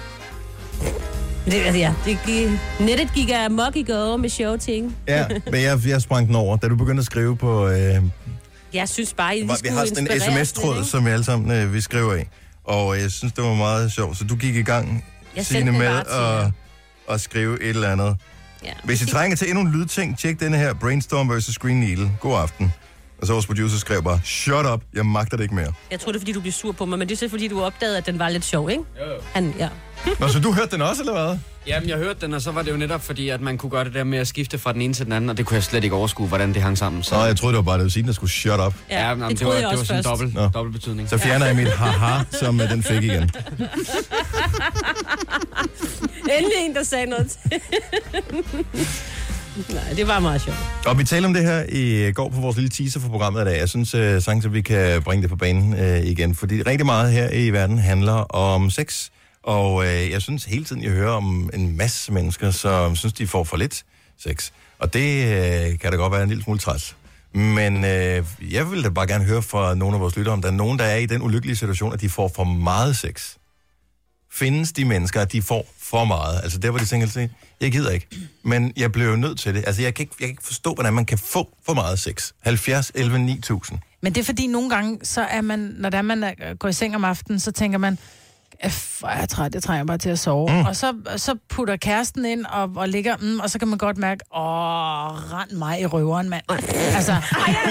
Nettet gik af amok i går med sjove ting. Ja, men jeg sprang den over. Da du begyndte at skrive på... Jeg synes bare, vi har sådan en sms-tråd, som vi alle sammen vi skriver i. Og jeg synes, det var meget sjovt. Så du gik i gang, Signe, med at skrive et eller andet. Ja. Hvis I trænger til endnu en lydting, tjek denne her Brainstorm vs. Green Needle. God aften. Og så vores producer skrev bare, shut up, jeg magter det ikke mere. Jeg tror det er, fordi du bliver sur på mig, men det er så, fordi du opdagede, at den var lidt sjov, ikke? Jo. Ja. Nå, så du hørte den også, eller hvad? Jamen, jeg hørte den, og så var det jo netop fordi, at man kunne gøre det der med at skifte fra den ene til den anden, og det kunne jeg slet ikke overskue, hvordan det hang sammen. Så... Nå, jeg troede, det var bare, det var Signe, der skulle shut up. Ja, jamen, det var sådan en dobbelt betydning. Så fjerner jeg mit haha, som den fik igen. Endelig en, der sagde noget til. Nej, det var meget sjovt. Og vi talte om det her i går på vores lille teaser for programmet i dag. Jeg synes sagtens, at vi kan bringe det på banen igen, fordi rigtig meget her i verden handler om sex. Og jeg synes hele tiden, jeg hører om en masse mennesker, som synes, de får for lidt sex. Og det kan da godt være en lille smule træls. Men jeg vil da bare gerne høre fra nogle af vores lyttere, om der er nogen, der er i den ulykkelige situation, at de får for meget sex. Findes de mennesker, at de får for meget? Altså der, hvor de tænker, jeg gider ikke. Men jeg blev jo nødt til det. Altså jeg kan ikke forstå, hvordan man kan få for meget sex. 70, 11, 9000. Men det er fordi, nogle gange, så er man, når man går i seng om aftenen, så tænker man, jeg er træt, jeg trænger bare til at sove. Og så putter kæresten ind og ligger, og så kan man godt mærke, rend mig i røveren, mand. Altså, jeg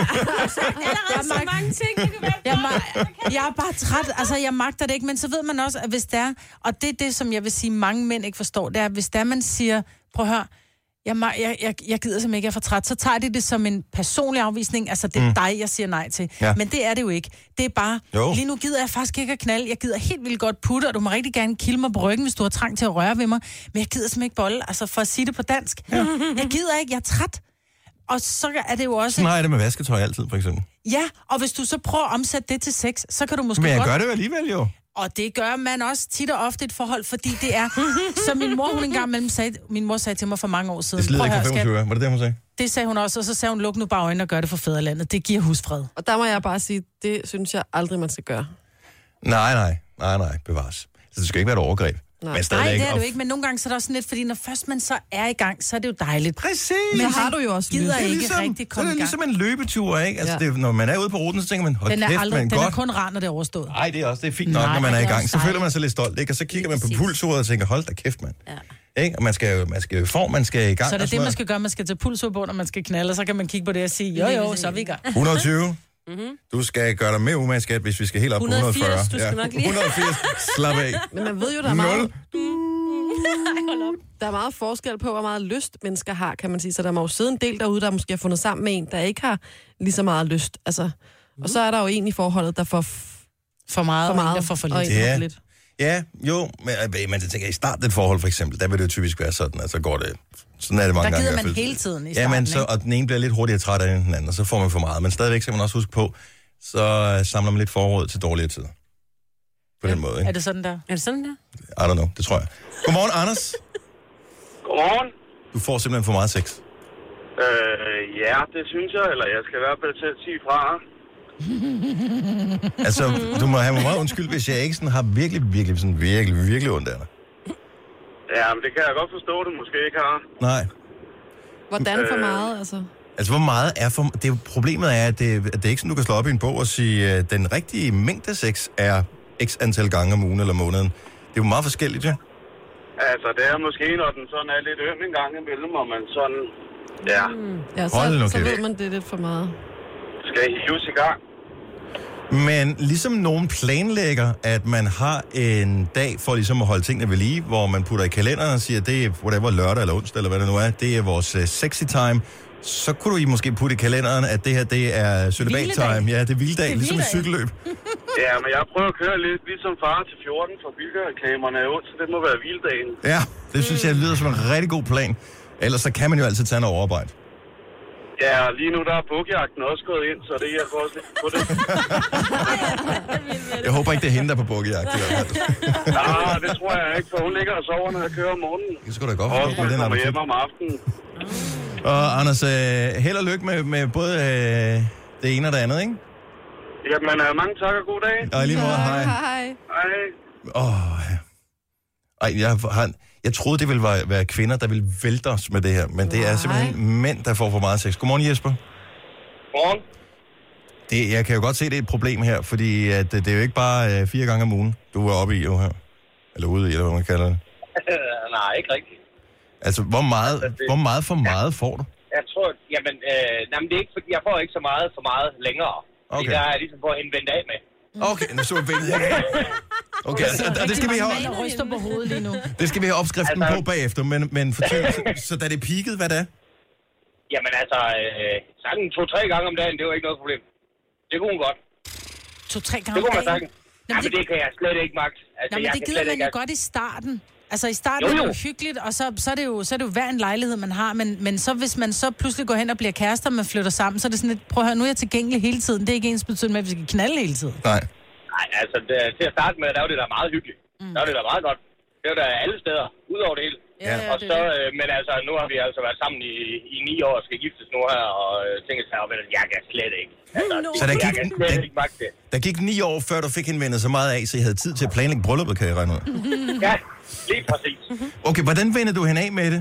så mange ting, jeg er bare træt, altså jeg magter det ikke, men så ved man også, at hvis det er, og det er det, som jeg vil sige, mange mænd ikke forstår, det er, hvis der man siger, prøv at høre, jeg gider simpelthen ikke, jeg er for træt, så tager det som en personlig afvisning, altså det er dig, jeg siger nej til. Ja. Men det er det jo ikke. Det er bare, lige nu gider jeg faktisk ikke at knalde, jeg gider helt vildt godt putte, og du må rigtig gerne kilde mig på ryggen, hvis du har trang til at røre ved mig, men jeg gider simpelthen ikke bolle, altså for at sige det på dansk. Ja. Jeg gider ikke, jeg er træt. Og så er det jo også... Sådan har jeg det med vasketøj altid, for eksempel. Ja, og hvis du så prøver at omsætte det til sex, så kan du måske Men jeg godt... gør det jo alligevel, jo. Og det gør man også tit og ofte et forhold, fordi det er... Som min mor, hun engang mellem sagde... Min mor sagde til mig for mange år siden... Det slider ikke for 25 år. Var det det, hun sagde? Det sagde hun også, og så sagde hun, luk nu bare øjnene og gør det for fædrelandet. Det giver husfred. Og der må jeg bare sige, det synes jeg aldrig, man skal gøre. Nej, bevares. Så det skal ikke være et overgreb. Nej, det er du ikke, men nogle gange så er det også sådan lidt, fordi når først man så er i gang, så er det jo dejligt. Præcis. Men har du jo også gider ikke ligesom, rigtig komme i gang. Det er ligesom en løbetur, ikke? Altså, det, når man er ude på ruten, så tænker man, hold kæft, den er kun rar, når det er overstået. Nej, det er fint nok, når man er i gang. Så føler man sig lidt stolt, ikke? Og så kigger man på pulsuret og tænker, hold da kæft, mand. Ja. Ikke? Og man skal i gang. Så det er det, man skal gøre. Man skal tage pulsur på, når man skal knalde, og så kan man kigge på det og sige, jo, så er vi i gang. 120. Du skal gøre dig mere umage, skat, hvis vi skal helt op på 140. 180, du skal nok lige. 180, slap af. Men man ved jo, der er meget... Der er meget forskel på, hvor meget lyst mennesker har, kan man sige. Så der må jo sidde en del derude, der måske har fundet sammen med en, der ikke har lige så meget lyst. Altså, og så er der jo en i forholdet, der får for meget, og en, der får for lidt. Ja, jo, men jeg tænker, i starten af et forhold for eksempel, der vil det jo typisk være sådan, altså går det, sådan er det mange gange. Der gider man hele tiden i starten, ja, men så, og den ene bliver lidt hurtigere træt af den anden, og så får man for meget. Men stadigvæk skal man også huske på, så samler man lidt forråd til dårligere tider. På den måde, ikke? Er det sådan der? Er det sådan der? I don't know, det tror jeg. Godmorgen, Anders. Godmorgen. Du får simpelthen for meget sex. Ja, det synes jeg, eller jeg skal i hvert fald til at sige fra. Altså, du må have mig meget undskyld, hvis jeg ikke sådan har virkelig ondt af dig. Ja, men det kan jeg godt forstå, du måske ikke har. Nej. Hvordan for meget, altså? Altså, hvor meget er for... Problemet er, at det er ikke sådan, du kan slå op i en bog og sige, at den rigtige mængde sex er x antal gange om ugen eller måneden. Det er jo meget forskelligt, ja? Altså, det er måske, når den sådan er lidt øm en gang imellem, og man sådan... Ja. Ja, så ved man, det er lidt for meget. Skal hives i gang. Men ligesom nogen planlægger, at man har en dag for ligesom at holde tingene ved lige, hvor man putter i kalenderen og siger, det er whatever, lørdag eller onsdag, eller hvad det nu er, det er vores sexy time, så kunne du i måske putte i kalenderen, at det her, det er celibat-time. Ja, det er hviledag, ligesom et cykelløb. Ja, men jeg prøver at køre lidt ligesom far til 14 for bilreklamerne er så det må være hviledagen. Ja, det synes jeg lyder som en rigtig god plan. Ellers så kan man jo altid tage noget overarbejde. Ja, lige nu der er bukkejagten også gået ind, så det hjælper også lidt på det. Jeg håber ikke, det er hende, der er på bukkejagt. Nej, det tror jeg ikke, for hun ligger og sover, når jeg kører om morgenen. Det skulle da godt forstå med den kommer hjem om aftenen. Og Anders, held og lykke med både det ene og det andet, ikke? Jamen, mange tak og god dag. Og lige måde, hej. Hej. Jeg troede, det ville være kvinder, der ville vælte os med det her, men det er simpelthen mænd, der får for meget sex. Godmorgen, Jesper. Godmorgen. Jeg kan jo godt se, det er et problem her, fordi at det er jo ikke bare 4 gange om ugen, du er oppe i jo her. Eller ude i, eller hvad man kalder det. Nej, ikke rigtigt. Altså, hvor meget for meget får du? Jeg tror, jamen, det er ikke, fordi jeg får ikke så meget for meget længere. Okay. Det er ligesom for at indvende af med. Okay, nu så vi okay, og det skal vi have... ryster på hovedet lige nu. Det skal vi have opskriften på bagefter, men fortæl, så da det peakede, hvad det er? Jamen altså, sådan 2-3 gange om dagen, det var ikke noget problem. Det kunne hun godt. 2-3 gange om dagen? Det kunne man sagtens. Jamen det kan jeg slet ikke magt. Altså, men det gider man jo godt i starten. Altså i starten er det jo hyggeligt, og så er det jo hver en lejlighed, man har. Men så hvis man så pludselig går hen og bliver kærester, man flytter sammen, så er det sådan lidt, prøv at høre, nu er jeg tilgængelig hele tiden. Det er ikke ens betydning med, at vi skal knalde hele tiden. Nej, altså til at starte med, der var det der meget hyggeligt. Der var det der meget godt. Det var der alle steder, ud over det hele. Ja, og så, men altså, nu har vi altså været sammen i 9 år og skal giftes nu her, og tænker sig, at jeg kan slet ikke. Altså, så der gik 9 år, før du fik hende så meget af, så I havde tid til at planlægge brylluppet, kan jeg regne ud? Ja, lige præcis. Okay, hvordan vendte du hende af med det?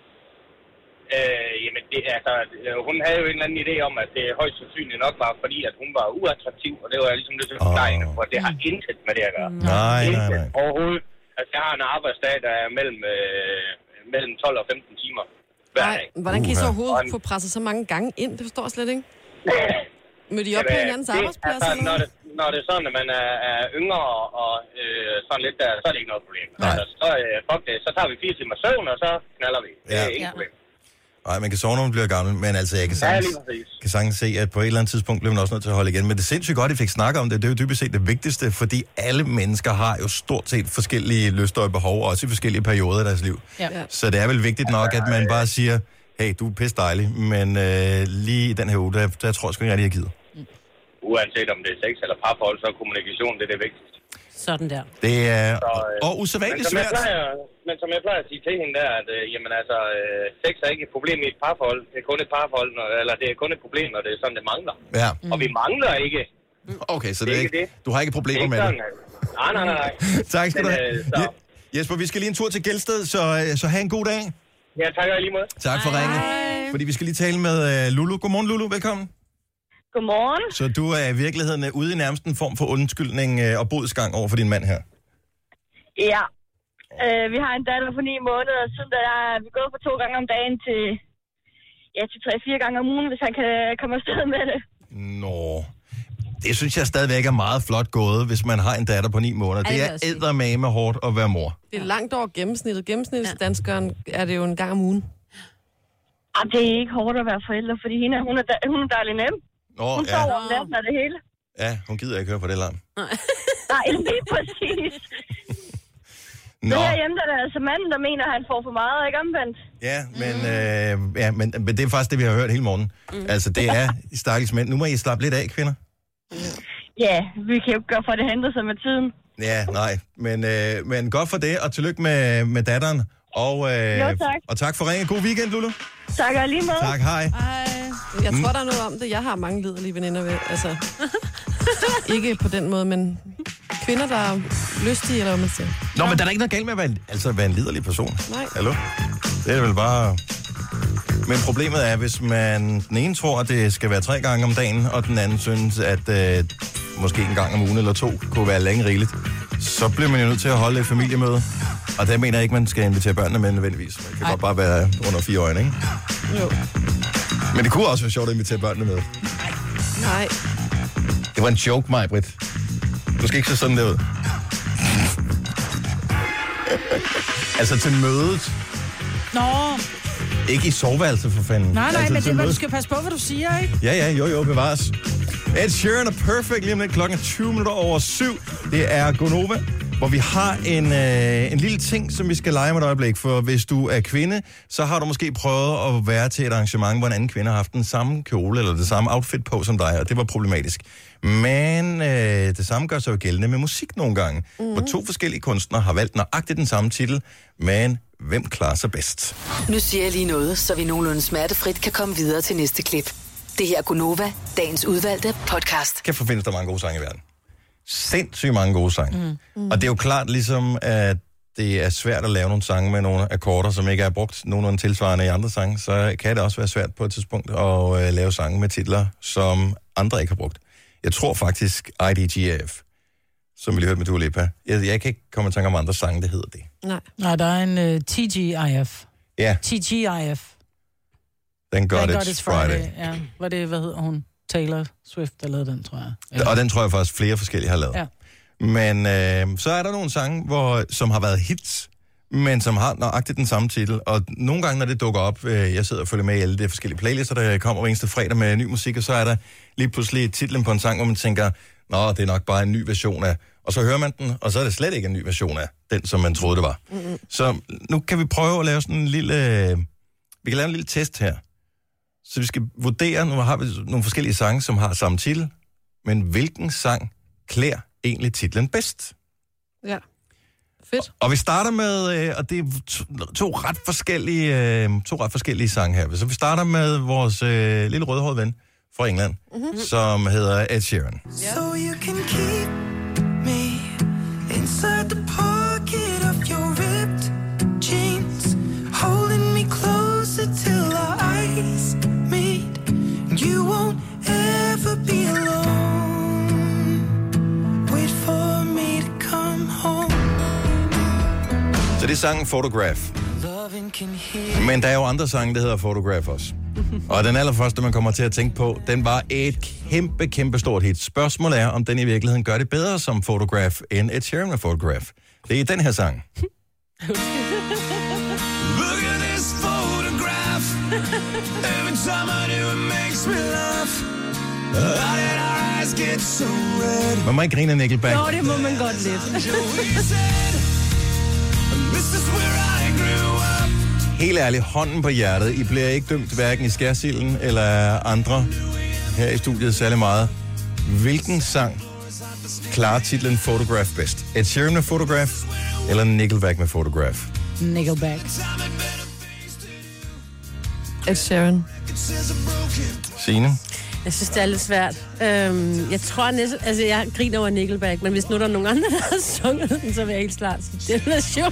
Jamen, hun havde jo en eller anden idé om, at det højst sandsynligt nok var, fordi at hun var uattraktiv, og det var ligesom lidt forklaring, for det har intet med det at gøre. Nej. Overhovedet. Altså, jeg har en arbejdsdag, der er mellem 12 og 15 timer hver dag. Hvordan kan I så overhovedet få presset så mange gange ind? Det forstår jeg slet ikke. Mødte I op på hinandens arbejdsplads? Altså, når det er sådan, at man er yngre og sådan lidt der, så er det ikke noget problem. Altså, så tager vi 4 timer søvn, og så knaller vi. Det er ikke problem. Nej, man kan sove, når man bliver gammel, men altså, jeg kan sagtens se, at på et eller andet tidspunkt bliver man også nødt til at holde igen. Men det er sindssygt godt, at I fik snakket om det. Det er jo dybest set det vigtigste, fordi alle mennesker har jo stort set forskellige lyster og behov, også i forskellige perioder af deres liv. Ja. Så det er vel vigtigt nok, at man bare siger, hey, du er pisse dejlig, men lige i den her uge, der tror jeg sgu ikke, at jeg gider. Uanset om det er sex eller parforhold, så er kommunikation det vigtigste. Sådan der. Det er usædvanligt svært. Men som jeg plejer at sige til hende der, at sex er ikke et problem i et parforhold. Det er kun et parforhold, eller det er kun et problem, når det er sådan, det mangler. Ja. Og vi mangler ikke. Okay, så det er ikke det. Du har ikke problemer med det? Nej. Tak skal du have. Jesper, vi skal lige en tur til Gelsted, så have en god dag. Ja, tak og lige måde. Tak for ringet. Fordi vi skal lige tale med Lulu. Godmorgen, Lulu. Velkommen. Godmorgen. Så du er i virkeligheden ude i nærmest en form for undskyldning og bodsgang over for din mand her? Ja. Vi har en datter på 9 måneder, så der er vi gået for 2 gange om dagen til 3-4 gange om ugen, hvis han kan komme afsted med det. Nå, det synes jeg stadigvæk er meget flot gået, hvis man har en datter på 9 måneder. Det er eddermame hårdt at være mor. Det er langt over gennemsnittet. Gennemsnitsdanskeren er det jo en gang om ugen. Det er ikke hårdt at være forældre, fordi hun er dejlig nem. Hun sover om natten og det hele. Ja, hun gider ikke høre på det larm. Nej, lige præcis. Det er hjemme, der er altså manden, der mener, at han får for meget, ikke omvendt? Men det er faktisk det, vi har hørt hele morgen. Altså, det er stakkels mænd. Nu må I slappe lidt af, kvinder. Ja, vi kan jo ikke gøre for, at det henter sig med tiden. Ja, nej. Men godt for det, og tillykke med datteren. Og, Jo, tak. Og tak for ringen. God weekend, Lulu. Tak og lige måde. Tak, hej. Jeg tror, der er noget om det. Jeg har mange liderlige veninder ved. Altså, ikke på den måde, men kvinder, der er lystige, eller hvad man siger. Nå, men der er da ikke noget galt med at være en liderlig person. Nej. Hallo? Det er vel bare... Men problemet er, hvis man den ene tror, at det skal være 3 gange om dagen, og den anden synes, at måske en gang om ugen eller 2 kunne være længe rigeligt, så bliver man jo nødt til at holde et familiemøde. Og der mener jeg ikke, man skal invitere børnene med nødvendigvis. Man kan godt bare være under 4 øjne, ikke? Jo. Men det kunne også være sjovt at invitere børnene med. Nej. Det var en joke, Maj-Brit. Du skal ikke se sådan der ud. Altså til mødet. Nå. Ikke i soveværelset, for fanden. Nej, altså, men det er, du skal passe på, hvad du siger, ikke? Ja, jo, bevares. Ed Sheeran er Perfect lige om lidt. Klokken 7:20. Det er Gonova, hvor vi har en lille ting, som vi skal lege med et øjeblik. For hvis du er kvinde, så har du måske prøvet at være til et arrangement, hvor en anden kvinde har haft den samme kjole eller det samme outfit på som dig, og det var problematisk. Men det samme gør sig jo gældende med musik nogle gange, hvor 2 forskellige kunstnere har valgt nøjagtigt den samme titel, men hvem klarer sig bedst? Nu siger jeg lige noget, så vi nogenlunde smertefrit kan komme videre til næste klip. Det her er Gonova, dagens udvalgte podcast. Kan findes der mange gode sange i verden. Sindssygt mange gode sange. Og det er jo klart ligesom, at det er svært at lave nogle sange med nogle akkorder, som ikke er brugt nogenlunde tilsvarende i andre sange, så kan det også være svært på et tidspunkt at lave sange med titler, som andre ikke har brugt. Jeg tror faktisk IDGAF, som vi lige hørte med Dua Lipa. Jeg kan ikke komme i tanke om andre sange, det hedder det. Nej, der er en TGIF. Ja. TGIF. Thank God It's Friday. Ja, var det, hvad hedder hun? Taylor Swift, der lavede den, tror jeg. Ja. Og den tror jeg faktisk flere forskellige har lavet. Ja. Men så er der nogle sange, som har været hits, men som har nøjagtigt den samme titel. Og nogle gange, når det dukker op, jeg sidder og følger med i alle de forskellige playlister, der kommer hver eneste fredag med ny musik, og så er der lige pludselig titlen på en sang, hvor man tænker, nå, det er nok bare en ny version af. Og så hører man den, og så er det slet ikke en ny version af den, som man troede, det var. Mm-hmm. Så nu kan vi prøve at lave sådan en lille... Vi kan lave en lille test her. Så vi skal vurdere, nu har vi nogle forskellige sange, som har samme titel, men hvilken sang klæder egentlig titlen bedst? Ja. Fedt. Og vi starter med, og det er to ret forskellige sange her. Så vi starter med vores lille rødhårede ven fra England, som hedder Ed Sheeran. So you can keep me inside the pocket of your ripped jeans, holding me closer till our eyes meet. You won't ever be alone. Wait for me to come home. Så det er sangen Photograph. Men der er jo andre sange, der hedder Photograph også. Og den allerførste, man kommer til at tænke på, den var et kæmpe stort hit. Spørgsmålet er, om den i virkeligheden gør det bedre som Photograph, end Ed Sheeran med Photograph. Det er den her sang. Look at this photograph. Every time I do, it makes me laugh. How did our eyes get so red? Man må ikke grine af Nickelback. Nå, det må man godt lidt. This is where I grew up. Helt ærligt, hånden på hjertet. I bliver ikke dømt hverken i skærsilden eller andre her i studiet særlig meget. Hvilken sang klarer titlen Photograph bedst? Ed Sheeran med Photograph eller Nickelback med Photograph? Nickelback. Ed Sheeran. Signe? Jeg synes, det er lidt svært. Jeg tror næsten... Altså, jeg griner over Nickelback, men hvis nu der er nogen andre, der har sunget den, så vil jeg helt klart sige den version.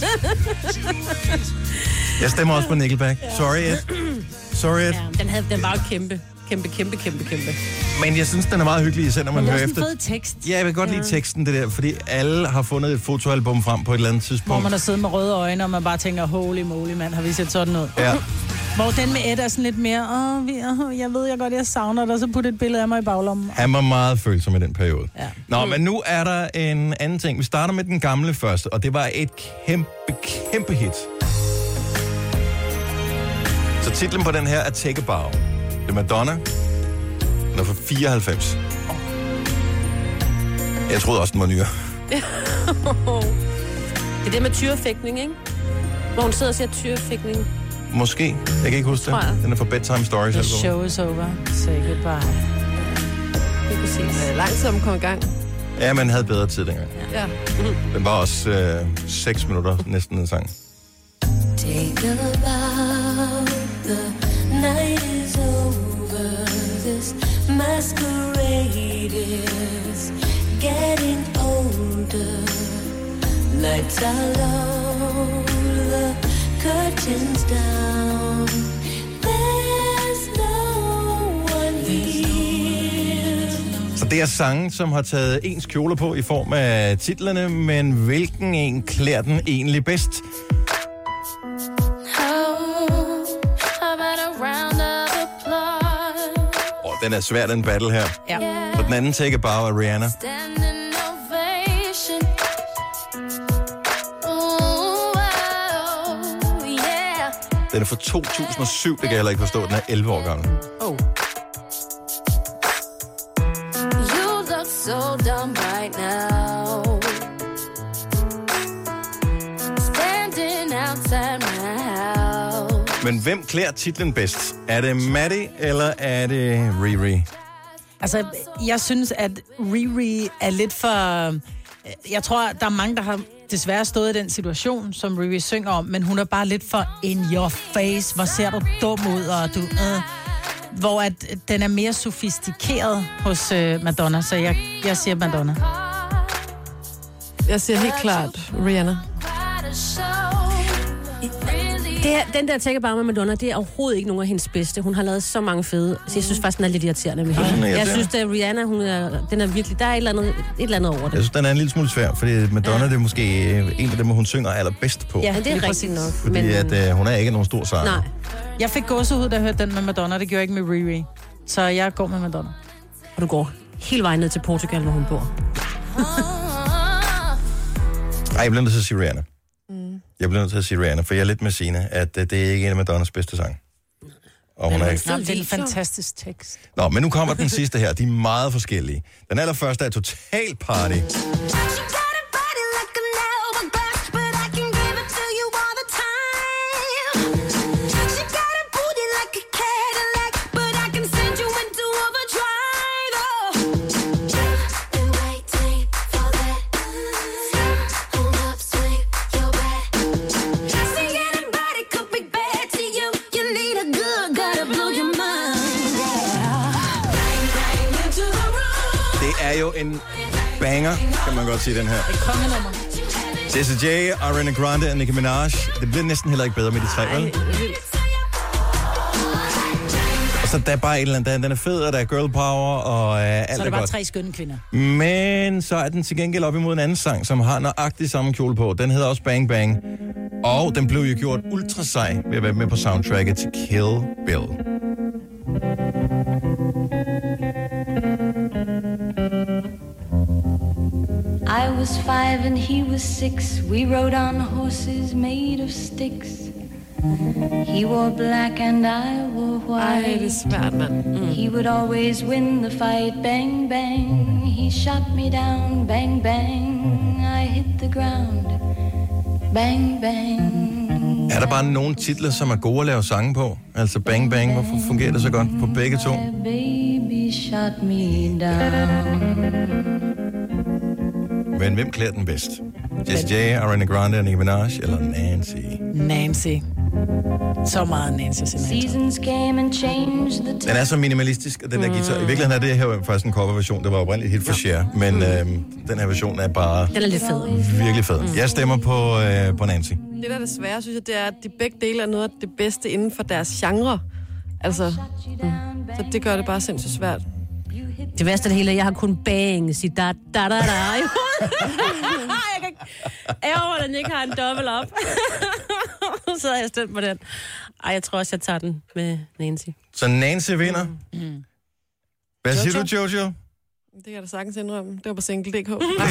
Jeg stemmer også på Nickelback. Sorry, Ed. Sorry, Ed. Ja, den var jo kæmpe. Men jeg synes, den er meget hyggelig, især når man hører efter. Men det er også en fed tekst. Ja, jeg vil godt lide teksten, det der, fordi alle har fundet et fotoalbum frem på et eller andet tidspunkt. Hvor man har siddet med røde øjne, og man bare tænker, holy moly, mand, har vi set sådan noget? Ja. Hvor den med Ed er sådan lidt mere, jeg ved jeg godt, jeg savner dig, så putte et billede af mig i baglommen. Han var meget følsom i den periode. Ja. Nå, men nu er der en anden ting. Vi starter med den gamle første, og det var et kæmpe hit. Så titlen på den her er Take a Bow. Det er Madonna. Den er fra 94. Jeg troede også, den var nyere. Det er det med tyrefægtning, ikke? Hvor hun sidder og siger tyrefægtning. Måske. Jeg kan ikke huske det. Den er fra Bedtime Stories. The show is over. Say goodbye. Det er præcis. Lang tid om at komme i gang. Ja, man havde bedre tid dengang. Ja. Den var også 6 minutter næsten en sang. Take a bow, the night is over, this masquerade is getting older. Lights are low, the curtains down, there's no one here. Så det er sange, som har taget ens kjoler på i form af titlerne, men hvilken en klæder den egentlig bedst? Den er svær, den battle her. Ja. Så den anden Take a Bow af Rihanna. Den er fra 2007, det kan jeg heller ikke forstå. Den er 11 år gammel. Oh. You look so dumb right now. Standing outside my house. Men hvem klæder titlen bedst? Er det Maddie, eller er det Riri? Altså, jeg synes, at Riri er lidt for... Jeg tror, der er mange, der har desværre stået i den situation, som Riri synger om, men hun er bare lidt for in your face. Hvor ser du dum ud, og du... hvor at den er mere sofistikeret hos Madonna, så jeg siger Madonna. Jeg siger helt klart Rihanna. Den der Take a Bow med Madonna, det er overhovedet ikke nogen af hendes bedste. Hun har lavet så mange fede, så jeg synes faktisk, den er lidt irriterende med hende. Jeg synes, at Rihanna, den er virkelig, der er et eller andet over det. Jeg synes, den er en lille smule svær, fordi Madonna, det er måske en af dem, hun synger allerbedst på. Ja, det er rigtigt nok. Fordi at, hun er ikke nogen stor sanger. Nej. Jeg fik gåsehud, da jeg hørte den med Madonna. Det gjorde jeg ikke med Riri. Så jeg går med Madonna. Og du går hele vejen ned til Portugal, hvor hun bor. Ej, jeg bliver nødt til at sige Rihanna. Jeg bliver nødt til at sige Rihanna, for jeg er lidt med Signe, at det er ikke en af Madonnas bedste sang. Og hun er ikke... Det er en fantastisk tekst. Nå, men nu kommer den sidste her. De er meget forskellige. Den allerførste er Total Party. Er jo en banger, kan man godt sige, den her. Det er kongenummer. Jessie J, Ariana Grande og Nicki Minaj. Det bliver næsten heller ikke bedre med de tre, vel? Og så der er bare et eller andet, den er fed, og der er girl power, og alt er godt. Så er det bare 3 skønne kvinder. Men så er den til gengæld op imod en anden sang, som har nøjagtigt samme kjole på. Den hedder også Bang Bang. Og den blev jo gjort ultra sej ved at være med på soundtracket til Kill Bill. I was 5 and he was 6. We rode on horses made of sticks. He wore black and I wore white. Ej, det er svært, mand. He would always win the fight. Bang, bang. He shot me down. Bang, bang. I hit the ground. Bang, bang. Er der bare nogle titler, som er gode at lave sange på? Altså Bang Bang, hvorfor fungerer det så godt på begge to? Baby shot me down. Men hvem klæder den bedst? Jessie J, Ariana Grande og Nicki Minaj, eller Nancy? Nancy. Så meget Nancy Sinatra. Den er så minimalistisk, og den der guitar. I virkeligheden er det her faktisk en coverversion. Det var oprindeligt helt for Cher, men den her version er bare... Den er lidt fed. Virkelig fed. Jeg stemmer på Nancy. Det, der er det svære, synes jeg, det er, at de begge dele er noget af det bedste inden for deres genre. Altså, så det gør det bare sindssygt svært. Det værste af det hele er, at jeg har kun bang, sige da, da, da, da. Jeg kan ikke ærger, at den ikke har en dobbelt op. Så har jeg stemt på den. Ej, jeg tror også, jeg tager den med Nancy. Så Nancy vinder. Hvad siger du, Jojo? Det kan jeg da sagtens indrømme. Det var på single.dk.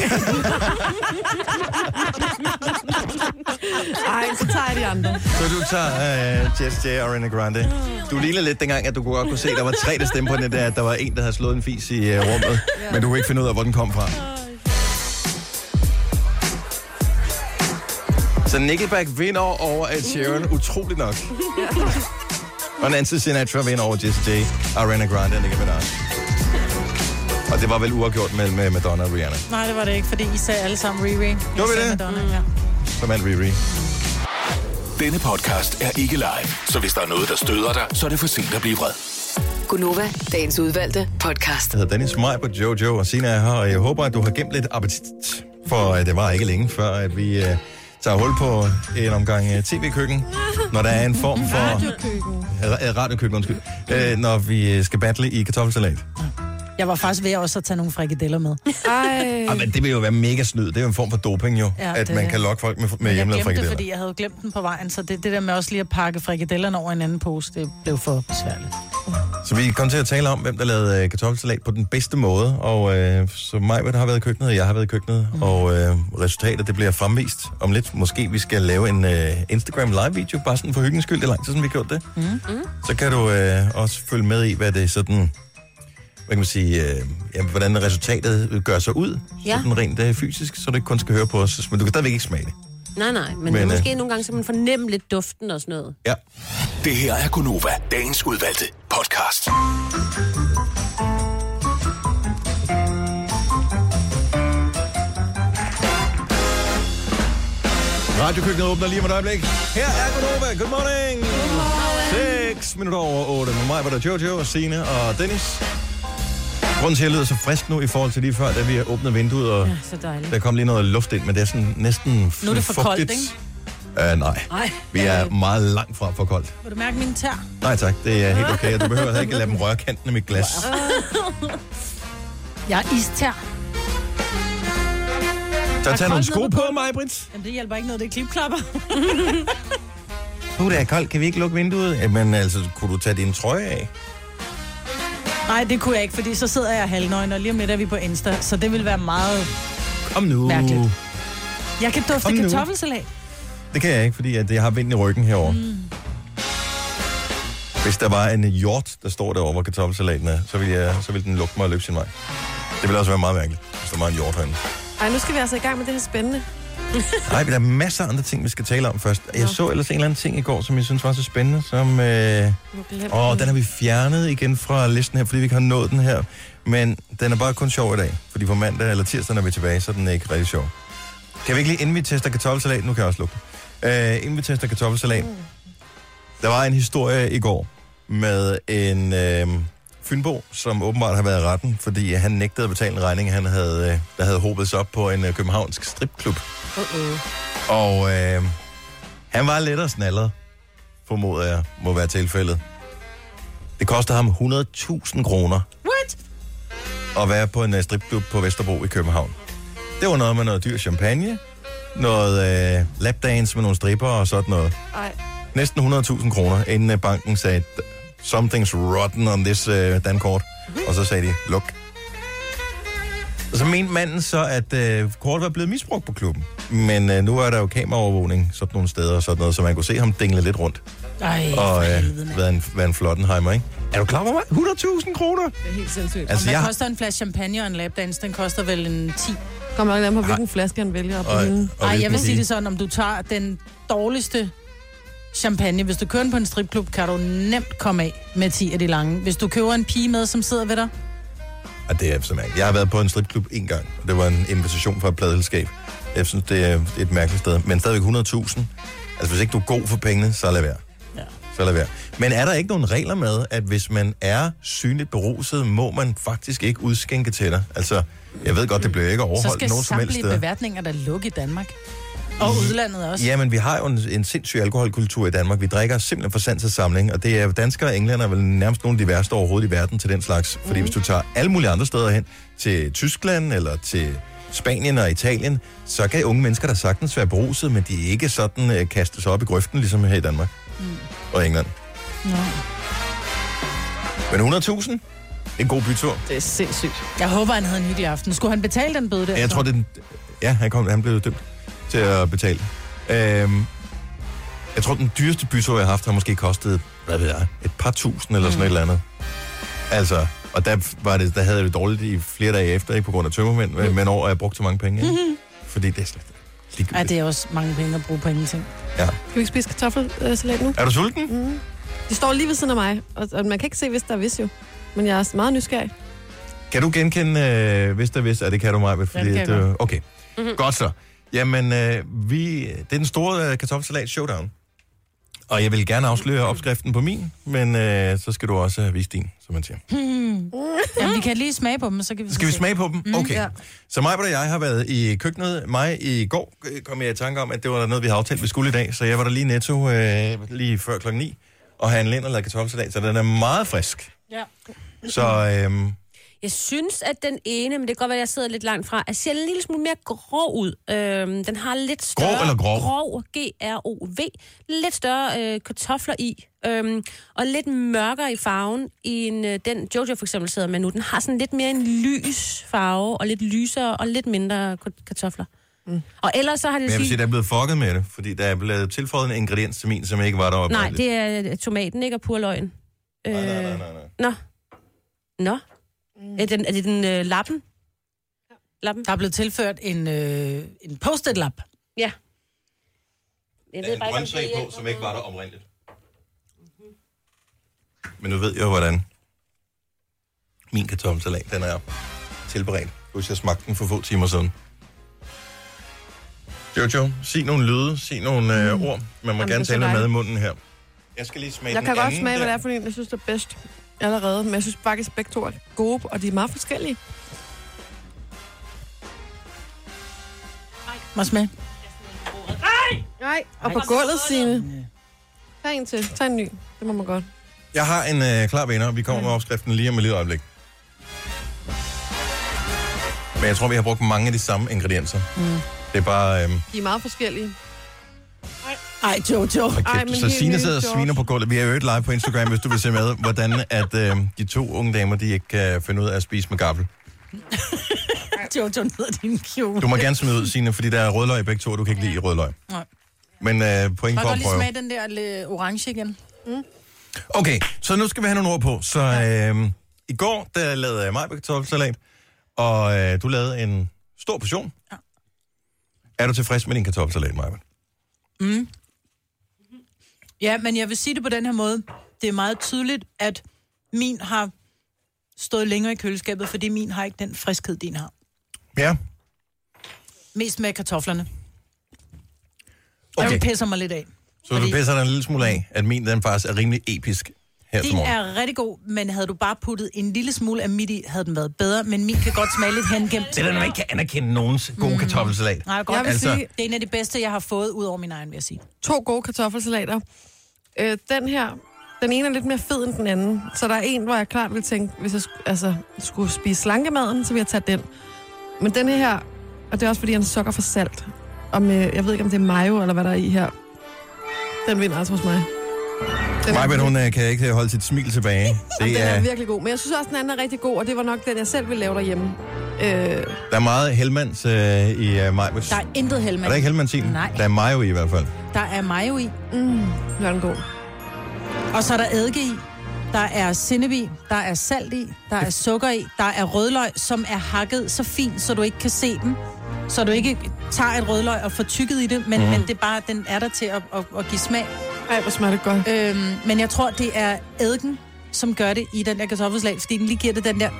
Ej, så tager jeg de andre. Så du tager Jessie J og Ariana Grande. Du ligner lidt dengang, at du godt kunne se, at der var 3, der stemte på den der. Der var en, der havde slået en fis i rummet. Men du kunne ikke finde ud af, hvor den kom fra. Så Nickelback vinder over Ed Sheeran. Utroligt nok. Og Nancy Sinatra vinder over Jessie J, Ariana Grande og Nicki Minaj. Og det var vel uafgjort mellem Madonna og Rihanna. Nej, det var det ikke, fordi I sagde alle sammen Riri. Gjorde vi det? Madonna, ja. Så vandt Riri. Denne podcast er ikke live, så hvis der er noget, der støder dig, så er det for sent at blive vred. Gunova, dagens udvalgte podcast. Jeg hedder Dennis, mig på Jojo og Sina er her, og jeg håber, at du har gemt lidt appetit, for det var ikke længe før, at vi tager hul på en omgang tv-køkken, når der er en form for... Radiokøkken, undskyld. Når vi skal battle i kartoffelsalat. Jeg var faktisk ved også at tage nogle frikadeller med. Ej, men det vil jo være mega snyd. Det er jo en form for doping jo, Ja, at man kan lokke folk med hjemmelavede frikadeller. Jeg glemte det, frikadeller. fordi jeg havde glemt den på vejen, så det der med også lige at pakke frikadellerne over en anden pose, det blev for besværligt. Så vi kom til at tale om, hvem der lavede kartoffelsalat på den bedste måde, og så Majbert har været i køkkenet, og jeg har været i køkkenet, og resultatet det bliver fremvist om lidt. Måske vi skal lave en Instagram live-video, bare sådan for hyggens skyld. Det er lang tid siden, vi har gjort det. Så kan du også følge med i, hvad det er sådan... Hvad kan man sige, hvordan resultatet gør sig ud, sådan rent fysisk, så du ikke kun skal høre på os, men du kan stadigvæk ikke smage det. Nej, men måske nogle gange, så man fornemmer lidt duften og sådan noget. Ja. Det her er Gunova, dagens udvalgte podcast. Radiokøkkenet åbner lige om et øjeblik. Her er Gunova. Good morning. 6 minutter over 8 med mig, hvor der Jojo og Signe og Dennis. Grunden til, at jeg lyder så frisk nu i forhold til lige før, da vi har åbnet vinduet, og så dejligt. Der kom lige noget luft ind, men det er sådan næsten Nu er det for fugtigt. koldt, ikke? Nej. Vi er meget langt fra for koldt. Vil du mærke mine tær? Nej tak, det er helt okay. Du behøver ikke lade dem røre kanten af mit glas. Jeg er istær. Så tag nogle sko på mig, Britt. Jamen, det hjælper ikke noget, det er klipklapper. Det er koldt, kan vi ikke lukke vinduet? Men altså, kunne du tage din trøje af? Nej, det kunne jeg ikke, fordi så sidder jeg halvnøgen, og lige om lidt er vi på Insta, så det vil være meget Kom nu. mærkeligt. Jeg kan dufte Kom nu. kartoffelsalat. Det kan jeg ikke, fordi at jeg har vind i ryggen herovre. Hvis der var en hjort, der står derovre, hvor kartoffelsalaten er, så ville den lugte mig og løbe sin vej. Det ville også være meget mærkeligt, hvis der var en hjort herinde. Ej, nu skal vi altså i gang med det her spændende. Nej, der er masser af andre ting, vi skal tale om først. Jeg så ellers en eller anden ting i går, som jeg synes var så spændende, som... den har vi fjernet igen fra listen her, fordi vi ikke har nået den her. Men den er bare kun sjov i dag, fordi på mandag eller tirsdag, når vi er tilbage, så er den ikke rigtig sjov. Kan vi ikke lige, inden vi tester kartoffelsalat, nu kan jeg også lukke inden vi tester kartoffelsalat, der var en historie i går med en fynbo, som åbenbart har været i retten, fordi han nægtede at betale en regning, der havde hobet sig op på en københavnsk stripklub. Og han var lettere snallet, formoder jeg, må være tilfældet. Det kostede ham 100.000 kroner. What? At være på en stripklub på Vesterbro i København. Det var noget med noget dyr champagne, noget lapdance med nogle stripper og sådan noget. Ej. Næsten 100.000 kroner, inden banken sagde, something's rotten on this dankort. Og så sagde de, luk. Og så mente manden så, at kortet var blevet misbrugt på klubben. Men nu er der jo kameraovervågning sådan nogle steder og sådan noget, så man kunne se ham dingle lidt rundt. Ej, og hvad en flottenheimer, ikke? Er du klar over mig? 100.000 kroner? Det er helt sindssygt. Altså, hvad koster en flaske champagne og en lapdance? Den koster vel en 10. Kommer nok an på, hvilken flaske han vælger op på hylden. Ej, jeg vil sige det sådan, om du tager den dårligste champagne. Hvis du kører den på en stripklub, kan du nemt komme af med 10 af de lange. Hvis du køber en pige med, som sidder ved dig. Og det er så mærkeligt. Jeg har været på en stripklub en gang, og det var en invitation fra et pladeselskab. Jeg synes, det er et mærkeligt sted. Men stadigvæk 100.000. Altså, hvis ikke du er god for pengene, så lad være. Ja. Så lad være. Men er der ikke nogen regler med, at hvis man er synligt beruset, må man faktisk ikke udskænke til dig? Altså, jeg ved godt, det bliver ikke overholdt nogen som helst Så skal samtlige beværtninger, der lukke i Danmark. Og udlandet også. Ja, men vi har jo en sindssyg alkoholkultur i Danmark. Vi drikker simpelthen for sans til samling, og det er danskere og englænder vel nærmest nogle af de værste overhovedet i verden til den slags. Fordi hvis du tager alle mulige andre steder hen, til Tyskland eller til Spanien og Italien, så kan unge mennesker der sagtens være beruset, men de er ikke sådan kastet sig op i grøften, ligesom her i Danmark og England. Men 100.000? En god bytur. Det er sindssygt. Jeg håber, han havde en hyggelig aften. Skulle han betale den bøde der? Jeg tror, han blev dømt til at betale. Jeg tror, den dyreste bytur, jeg har haft, har måske kostet, hvad ved jeg, et par tusind eller sådan et eller andet. Altså, og der havde jeg det dårligt i flere dage efter, ikke på grund af tømmermænd, men over, at jeg brugte så mange penge. Fordi det er slet ligegyldigt. Ej, det er også mange penge at bruge på ingenting. Ja. Kan vi ikke spise kartoffelsalat nu? Er du sulten? De står lige ved siden af mig, og man kan ikke se, hvis der er vis jo. Men jeg er meget nysgerrig. Kan du genkende, hvis der vidste, det kan du mig, fordi det kan jeg okay. Godt så. Jamen, det er den store kartoffelsalat showdown. Og jeg vil gerne afsløre opskriften på min, men så skal du også vise din, som man siger. Jamen, vi kan lige smage på dem, så kan vi Skal vi smage på dem? Okay. Ja. Så mig og jeg har været i køkkenet. I går kom jeg i tanke om, at det var noget, vi havde aftalt, vi skulle i dag. Så jeg var der lige i Netto lige før 9:00 og handlede ind og lavede kartoffelsalat. Så den er meget frisk. Ja. Så Jeg synes, at den ene, men det kan godt være, at jeg sidder lidt langt fra, ser en lille smule mere grov ud. Den har lidt større... Grov eller grov? Grov, G-R-O-V. Lidt større kartofler i. Og lidt mørkere i farven end den Jojo for eksempel sidder med nu. Den har sådan lidt mere en lys farve, og lidt lysere og lidt mindre kartofler. Og ellers så har det... Men jeg vil sige, der er blevet fucket med det, fordi der er blevet tilføjet en ingrediens til min, som ikke var deroppe. Nej, det er tomaten, ikke? Og purløgn. Nej. Nå. Er det den lappen? Der er blevet tilført en post-it-lap. Ja. Der er en grøntsag på, som ikke var der oprindeligt. Men nu ved jeg jo, hvordan min kartoffelsalat, den er tilberedt. Husk, jeg smagte den for få timer siden. Jojo, sig nogle lyde, sig nogle ord. Man må gerne tale med mad i munden her. Jeg skal lige smage Jeg kan godt smage, hvad det er for en, jeg synes, det er bedst allerede. Men jeg synes faktisk, begge to er gode, og de er meget forskellige. Må smage? Nej, og på gulvet, Signe. Tag en til. Tag en ny. Det må man godt. Jeg har en klar vinder, og vi kommer med opskriften lige om et lille øjeblik. Men jeg tror, vi har brugt mange af de samme ingredienser. Det er bare... De er meget forskellige. Ej, Jojo. Okay, så Signe sidder og sviner på gulvet. Vi er jo live på Instagram, hvis du vil se med, hvordan at de to unge damer, de ikke kan finde ud af at spise med gaffel. Jojo ned din kjole. Du må gerne smide ud, Signe, fordi der er rødløg i begge to, og du kan ikke lide rødløg. Nej. Men point for at prøve. Må jeg lige smage den der orange igen? Okay, så nu skal vi have nogle ord på. Så i går, der lavede jeg mig kartoffelsalat, og du lavede en stor portion. Ja. Er du tilfreds med din kartoffelsalat, Maja? Ja, men jeg vil sige det på den her måde. Det er meget tydeligt, at min har stået længere i køleskabet, fordi min har ikke den friskhed, din har. Ja. Mest med kartoflerne. Okay. Jeg pisser mig lidt af. Så du pisser dig en lille smule af, at min den faktisk er rimelig episk her til Din morgen. er rigtig god, men havde du bare puttet en lille smule af midt i, havde den været bedre, men min kan godt smage lidt hengemt. Det er da, man ikke kan anerkende nogens gode kartoffelsalat. Nej, godt. Jeg vil sige, Det er en af de bedste, jeg har fået, ud over min egen, vil jeg sige. 2 gode kartoffelsalater. Den her, den ene er lidt mere fed end den anden. Så der er en, hvor jeg klart ville tænke, hvis jeg skulle spise slankemaden, så ville jeg tage den. Men den her, og det er også fordi, han sukker for salt. Og med, jeg ved ikke, om det er mayo, eller hvad der er i her. Den vinder altså hos mig. Majbert, hun kan ikke holde sit smil tilbage. Den er virkelig god. Men jeg synes også, den anden er rigtig god, og det var nok den, jeg selv ville lave derhjemme. Der er meget Hellmans i Majbert. Der er intet Hellmans. Er der ikke Hellmans i? Nej. Der er mayo i hvert fald. Der er mayo i. Nu er den god. Og så er der eddike i. Der er sennep i. Der er salt i. Der er sukker i. Der er rødløg, som er hakket så fint, så du ikke kan se dem. Så du ikke tager et rødløg og får tykket i det, men det er bare, den er der til at give smag. Ej, hvor smager det godt. Men jeg tror, det er eddiken, som gør det i den der kartoffelsalat, fordi den lige giver det den der...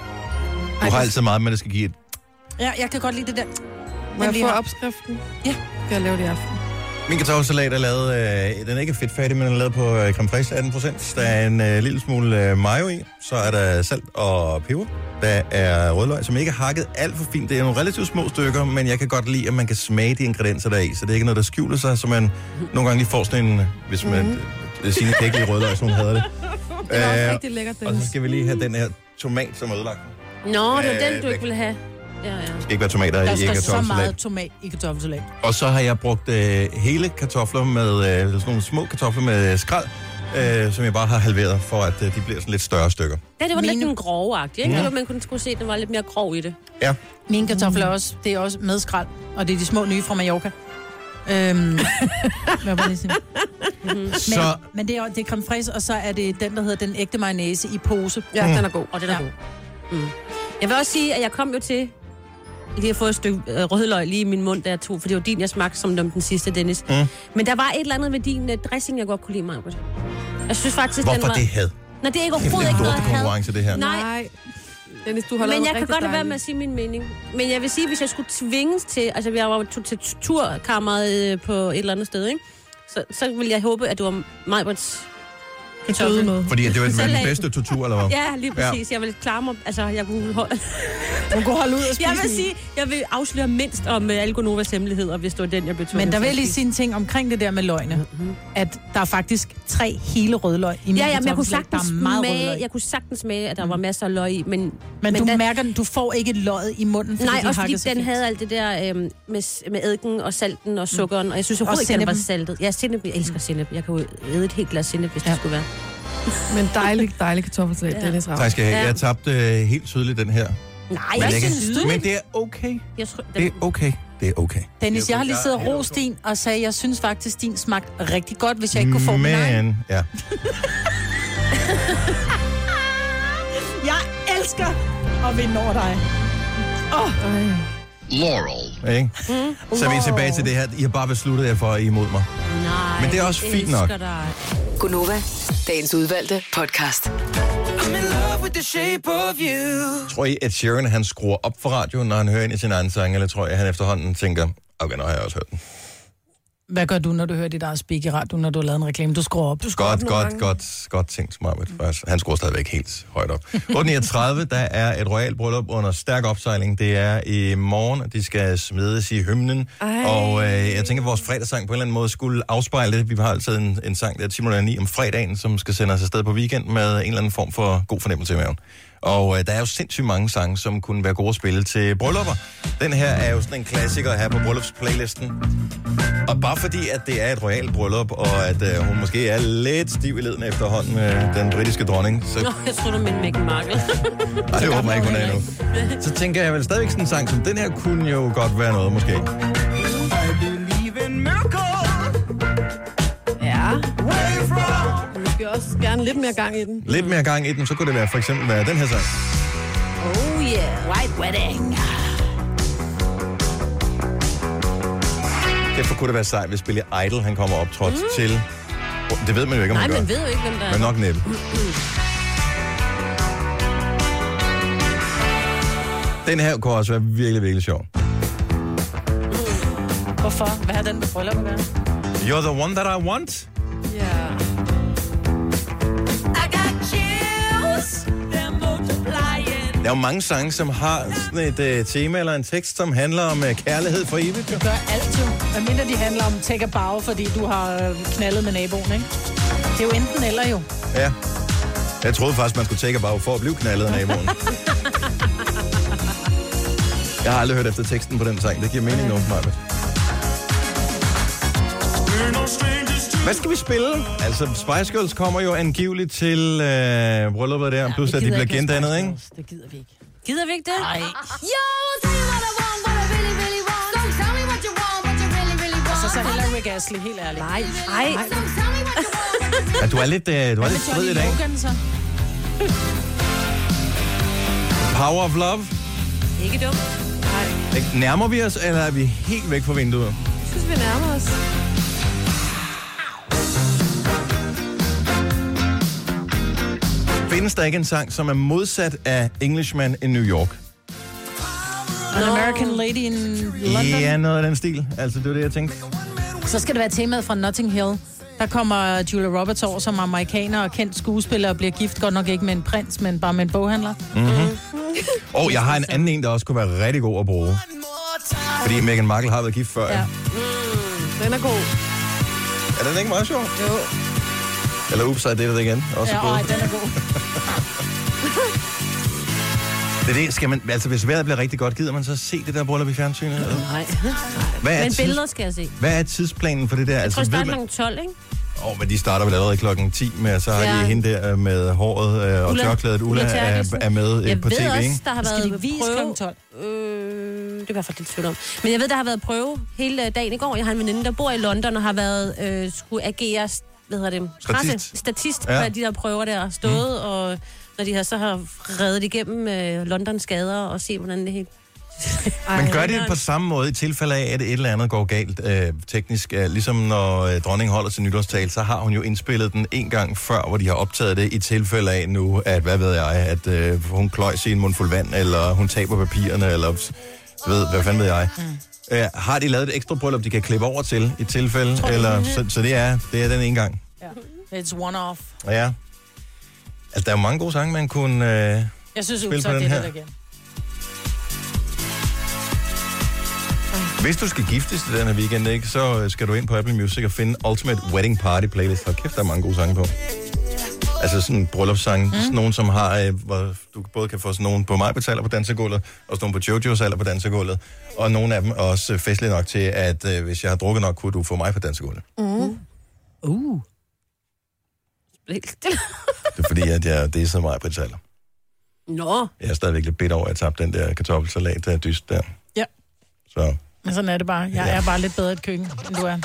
Du har altid meget, men det skal give et... Ja, jeg kan godt lide det der... Må jeg få opskriften? Ja. Skal jeg lave det i aften? Min kartoffelsalat er lavet... den er ikke fedtfattig, men den er lavet på creme fraiche 18%. Der er en lille smule mayo i. Så er der salt og peber. Der er rødløg, som ikke er hakket alt for fint. Det er nogle relativt små stykker, men jeg kan godt lide, at man kan smage de ingredienser, der er i. Så det er ikke noget, der skjuler sig, så man nogle gange lige får sådan en... Hvis man... Signe kan ikke lide rødløg, så hun hader det. Det er også rigtig lækkert, og så skal vi lige have den her tomat, som er ødelagt. Nå, det er den, du ikke vil have. Ja. Der skal ikke være tomater i kartoffelsalat. Der skal så meget tomat i kartoffelsalat. Og så har jeg brugt hele kartofler med sådan nogle små kartofler med skrald, som jeg bare har halveret, for at de bliver sådan lidt større stykker. Ja, det var lidt en grove-agtig, ikke? Ja. Man kunne se, at den var lidt mere grov i det. Ja. Mine kartofler også, det er også med skrald, og det er de små nye fra Mallorca. Men det er creme fraiche, og så er det den, der hedder den ægte mayonnaise i pose. Ja, den er god. Og den er god. Jeg vil også sige, at jeg kom jo til lige at få et stykke rødløg lige i min mund, der tog, for det var din, jeg smagte som den sidste, Dennis. Men der var et eller andet ved din dressing, jeg godt kunne lide, Margaret. Jeg synes faktisk, hvorfor den var... det had? Nej, det er ikke overhovedet ikke noget had. konkurrence, det her. Nej. Dennis, du har lavet Men jeg kan rigtig godt være med at sige min mening. Men jeg vil sige, hvis jeg skulle tvinges til... Altså, vi var til turkammeret på et eller andet sted, ikke? Så ville jeg håbe, at du var Majbrits kartoffel. Fordi det var den bedste tortur, eller hvad? Ja, lige præcis. Ja. Jeg ville klare mig... Altså, jeg kunne holde... Hun kunne holde ud og spise. Jeg vil sige, jeg vil afsløre mindst om Algonovas hemmeligheder, hvis det var den, jeg blev tvunget. Men der vil jeg lige sige en ting omkring det der med løgne. At der er faktisk 3 hele rødløg i min men jeg kunne sagtens smage, at der var masser af løg i, men du mærker, du får ikke løget i munden, fordi nej, også fordi den havde alt det der med eddken og salten og sukkeren, og jeg synes overhovedet ikke, den var saltet. Ja, sennep, jeg elsker sennep. Jeg kan jo æde et helt glas sennep, hvis det skulle være. Men dejlig kartoffelsalat, Dennis Ravn. Tak skal jeg have. Jeg tabte helt tydeligt den her. Nej, jeg synes du? Men det er okay. Det er okay. Det er okay. Dennis, jeg har lige siddet og rost din og sagde, jeg synes faktisk, din smagte rigtig godt, hvis jeg ikke kunne få min egen. Men, ja. Jeg elsker at vinde over dig. Laurel. Ikke? Så er vi tilbage til det her. I har bare besluttet jer for, at I er imod mig. Nej, men det er også fint nok. Gunova, dagens udvalgte podcast. Tror I, at Sharon han skruer op for radioen, når han hører ind i sin egen sang, eller tror jeg, at han efterhånden tænker, okay, nu har jeg også hørt den? Hvad gør du, når du hører dit eget speak i radioen, når du har lavet en reklame? Du skruer op. Godt tænkt, Marvitt. Han skruer stadigvæk helt højt op. 8.39, der er et royalt bryllup under stærk opsejling. Det er i morgen, og de skal smedes i hymnen. Og jeg tænker, at vores fredagssang på en eller anden måde skulle afspejle det. Vi har altid en sang, der er 10:09 om fredagen, som skal sende os afsted på weekend med en eller anden form for god fornemmelse i maven. Og der er jo sindssygt mange sange, som kunne være gode at spille til bryllupper. Den her er jo sådan en klassiker her på bryllupsplaylisten. Og bare fordi, at det er et royalt bryllup, og at hun måske er lidt stiv i leden efterhånden med den britiske dronning. Så... Nå, jeg tror du med Meghan Markle. Nej, det håber jeg ikke, hun er endnu. Så tænker jeg vel stadigvæk sådan en sang som den her kunne jo godt være noget, måske. Ja. Vi skal også gerne lidt mere gang i den. Lidt mere gang i den, så kunne det være for eksempel være den her sang. Oh yeah, White Wedding. Derfor kunne det være sejt, hvis Billy Idol han kommer optrådt til... Det ved man jo ikke, om han gør. Nej, man ved jo ikke, hvem der er. Men nok næppe. Den her kunne også være virkelig, virkelig sjov. Hvorfor? Hvad har den med bryllup at gøre? You're the one that I want. Ja. Der er jo mange sange, som har sådan et tema eller en tekst, som handler om kærlighed for evigt. Du gør alt jo. Hvad mindre de handler om take a bow, fordi du har knaldet med naboen, ikke? Det er jo enten eller jo. Ja. Jeg troede faktisk, man skulle take a bow for at blive knaldet af naboen. Jeg har aldrig hørt efter teksten på den sang. Det giver mening nu, Marvitt. Hvad skal vi spille? Altså, Spice Girls kommer jo angiveligt til brylluppet der, plus at de bliver gendannet, ikke? Det gider vi ikke. Gider vi ikke det? Nej. Så heller Rick Astley, helt ærligt. Nej. Ja, du er lidt strid i dag. Power of Love. Ikke dumt. Nej. Nærmer vi os, eller er vi helt væk fra vinduet? Jeg synes, vi nærmer os. Findes der ikke en sang, som er modsat af Englishman in New York? An American Lady in London? Ja, noget af den stil. Altså, det var det, jeg tænkte. Så skal det være temaet fra Notting Hill. Der kommer Julia Roberts over som amerikaner og kendt skuespiller og bliver gift, godt nok ikke med en prins, men bare med en boghandler. Mm-hmm. Og jeg har en anden en, der også kunne være rigtig god at bruge. Fordi Meghan Markle har været gift før. Ja. Den er god. Er den ikke meget sjov? Jo. Eller ups, er det igen? Også ja, den er god. Det skal man, altså hvis vejret bliver rigtig godt, gider man så se det der bryllup i fjernsynet? Nej. Men billeder skal jeg se. Hvad er tidsplanen for det der? Jeg tror, det starter kl. 12, ikke? Men de starter vel allerede klokken 10 med, så har de hende der med håret og tørklædet. Ulla er med på TV, ikke? Jeg ved også, der har været prøve. 12? Det er i hvert fald lidt tvivl om. Men jeg ved, der har været prøve hele dagen i går. Jeg har en veninde, der bor i London og har været skulle agere statist på de der prøver der og stået, og når de så har reddet igennem Londons gader og se, hvordan det helt Men gør de det på samme måde i tilfælde af, at et eller andet går galt teknisk? Ligesom når dronningen holder sin nytårstale, så har hun jo indspillet den en gang før, hvor de har optaget det i tilfælde af nu, at hvad ved jeg, at hun kløjs i en mundfuld vand, eller hun taber papirerne, eller hvad fanden ved jeg. Har de lavet et ekstra bryllup, de kan klippe over til i tilfælde? Eller, så det er den ene gang? Ja. It's one-off. Ja. Altså, der er jo mange gode sange, man kunne jeg synes, spille på den her. Igen. Hvis du skal giftes i den her weekend, ikke, så skal du ind på Apple Music og finde Ultimate Wedding Party playlist. Hold kæft, der er mange gode sange på. Altså sådan en bryllupssange. Sådan nogen, som har, hvor du både kan få sådan nogen på mig betaler på dansegulvet, og sådan nogle på Jojos alder på dansegulvet. Og nogle af dem er også festlige nok til, at hvis jeg har drukket nok, kunne du få mig på dansegulvet. Det er fordi, at det er så meget betaler. Nå. Jeg er stadigvæk lidt bitter over, at jeg tabte den der kartoffelsalat, der dyst der. Ja. Så. Men sådan er det bare. Jeg er bare lidt bedre et køkken, end du er.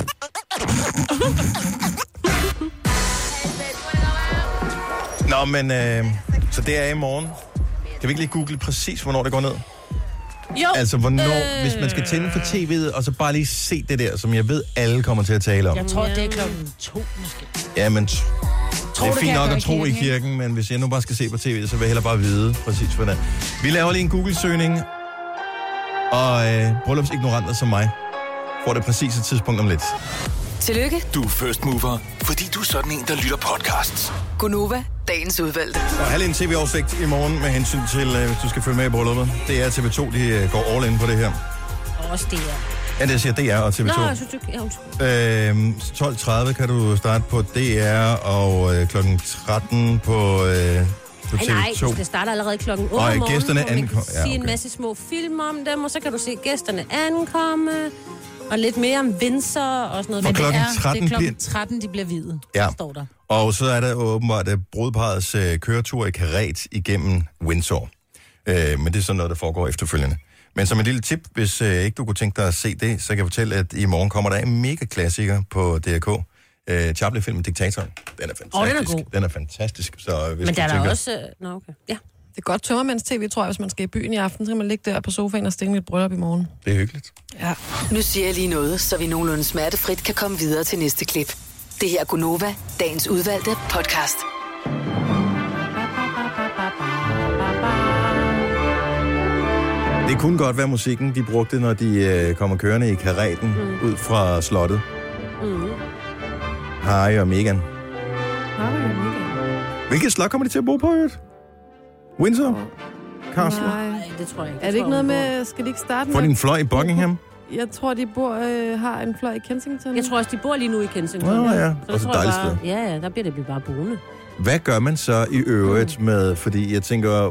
Nå, men så det er i morgen. Kan vi ikke lige google præcis, hvornår det går ned? Jo. Altså, hvornår, hvis man skal tænde for tv'et, og så bare lige se det der, som jeg ved, alle kommer til at tale om. Jeg tror, det er 2:00 måske. Ja, men det er fint nok at tro i kirken, men hvis jeg nu bare skal se på tv'et, så vil jeg hellere bare vide præcis, hvordan. Vi laver lige en Google-søgning, og bryllupsignoranter som mig får det præcise tidspunkt om lidt. Tillykke. Du er first mover, fordi du er sådan en, der lytter podcasts. Gunova, dagens udvalgte. Og halv en tv-oversigt i morgen med hensyn til, hvis du skal følge med i brylluppet. Det er TV2, de går all in på det her. Også DR. Ja, det siger DR og TV2. Nå, jeg synes, du kan. 12.30 kan du starte på DR, og klokken 13 på TV2. Nej, du skal starte allerede klokken 8 om morgenen, gæsterne hvor man kan ankom- sige en masse små film om dem, og så kan du se gæsterne ankomme, og lidt mere om Windsor og sådan noget. Og klokken det er 13 klokken 13, de bliver videt, står der. Og så er der åbenbart brudeparets køretur i karet igennem Windsor. Men det er sådan noget, der foregår efterfølgende. Men som et lille tip, hvis ikke du kunne tænke dig at se det, så kan jeg fortælle, at i morgen kommer der en mega klassiker på DRK. Chaplin-filmen Diktatoren. Den er fantastisk. Den er god. Den er fantastisk. Så hvis men der du er tænker... også... Nå, okay. Ja. Det er godt tømmermands-tv, tror jeg, hvis man skal i byen i aften. Så kan man ligge der på sofaen og stænge et bryllup i morgen. Det er hyggeligt. Ja. Nu siger jeg lige noget, så vi nogenlunde smertefrit kan komme videre til næste klip. Det her er Gunova, dagens udvalgte podcast. Det kunne godt være musikken, de brugte, når de kommer kørende i karetten ud fra slottet. Harry og Meghan. Hvilket slot kommer de til at bo på, øvrigt? Windsor? Castle? Nej, det tror jeg ikke. Er det ikke noget med, skal de ikke starte med? Får de en fløj i Buckingham? Jeg tror, de har en fløj i Kensington. Jeg tror også, de bor lige nu i Kensington. Ja. Så Også tror jeg dejligt bare, ja, der bliver det bare boende. Hvad gør man så i øvrigt med, fordi jeg tænker,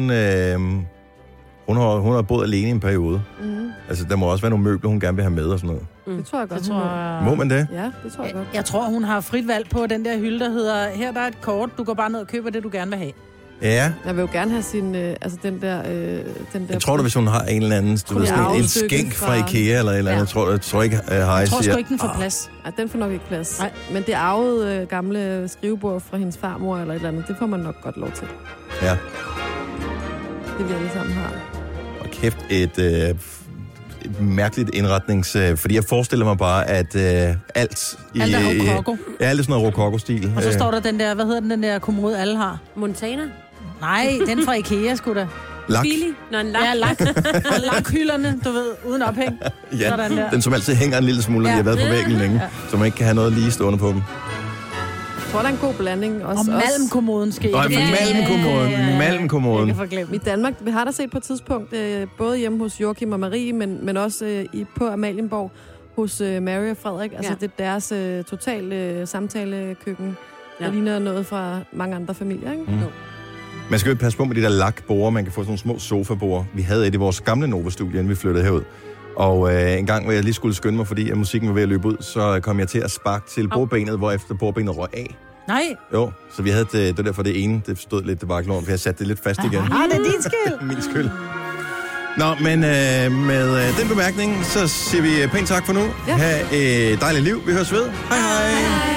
hun har boet alene i en periode. Altså, der må også være nogle møbler, hun gerne vil have med og sådan noget. Det tror jeg godt. Det tror jeg... Må man det? Ja, det tror jeg godt. Jeg tror, hun har frit valg på den der hylde, der hedder, her der er et kort, du går bare ned og køber det, du gerne vil have. Ja. Jeg vil jo gerne have sin, altså den der... Jeg tror da, hvis hun har en eller anden, du ved, sådan en skænk fra Ikea eller et eller andet, jeg tror ikke, Harry siger... Jeg tror sgu ikke, den får plads. Nej, den får nok ikke plads. Nej. Men det arvede gamle skrivebord fra hendes farmor eller et eller andet, det får man nok godt lov til. Ja. Det vi alle sammen har. Og kæft, et mærkeligt fordi jeg forestiller mig bare, at alt i... Alt er rokoko. Ja, alt er sådan noget rokoko-stil. Og så står der den der, hvad hedder den der kommode, alle har? Montana? Nej, den fra Ikea, sgu da. Lak. Billy? Nå, en lak. Ja, lak. Og lakhylderne, du ved, uden ophæng. Ja, sådan der. den som altid hænger en lille smule, når de har været på væggen længe, så man ikke kan have noget lige stående på dem. Jeg tror, der er en god blanding. Og malmkommoden skal ikke. Malmkommoden. I Danmark, vi har da set på et tidspunkt, både hjemme hos Joachim og Marie, men også på Amalienborg hos Mary og Frederik. Altså det er deres totale samtalekøkken. Der ligner noget fra mange andre familier, ikke? Man skal jo passe på med de der lakborde. Man kan få sådan nogle små sofaborde. Vi havde et i vores gamle Nova-studie, inden vi flyttede herud. Og en gang, hvor jeg lige skulle skynde mig, fordi at musikken var ved at løbe ud, så kom jeg til at sparke til bordbenet, hvorefter bordbenet røg af. Nej. Jo, så vi havde det derfor det ene, det stod lidt tilbage, for jeg satte det lidt fast igen. Det er din skyld. Min skyld. Nå, men med den bemærkning, så siger vi pænt tak for nu. Ja. Ha' et dejligt liv. Vi høres ved. Hej hej.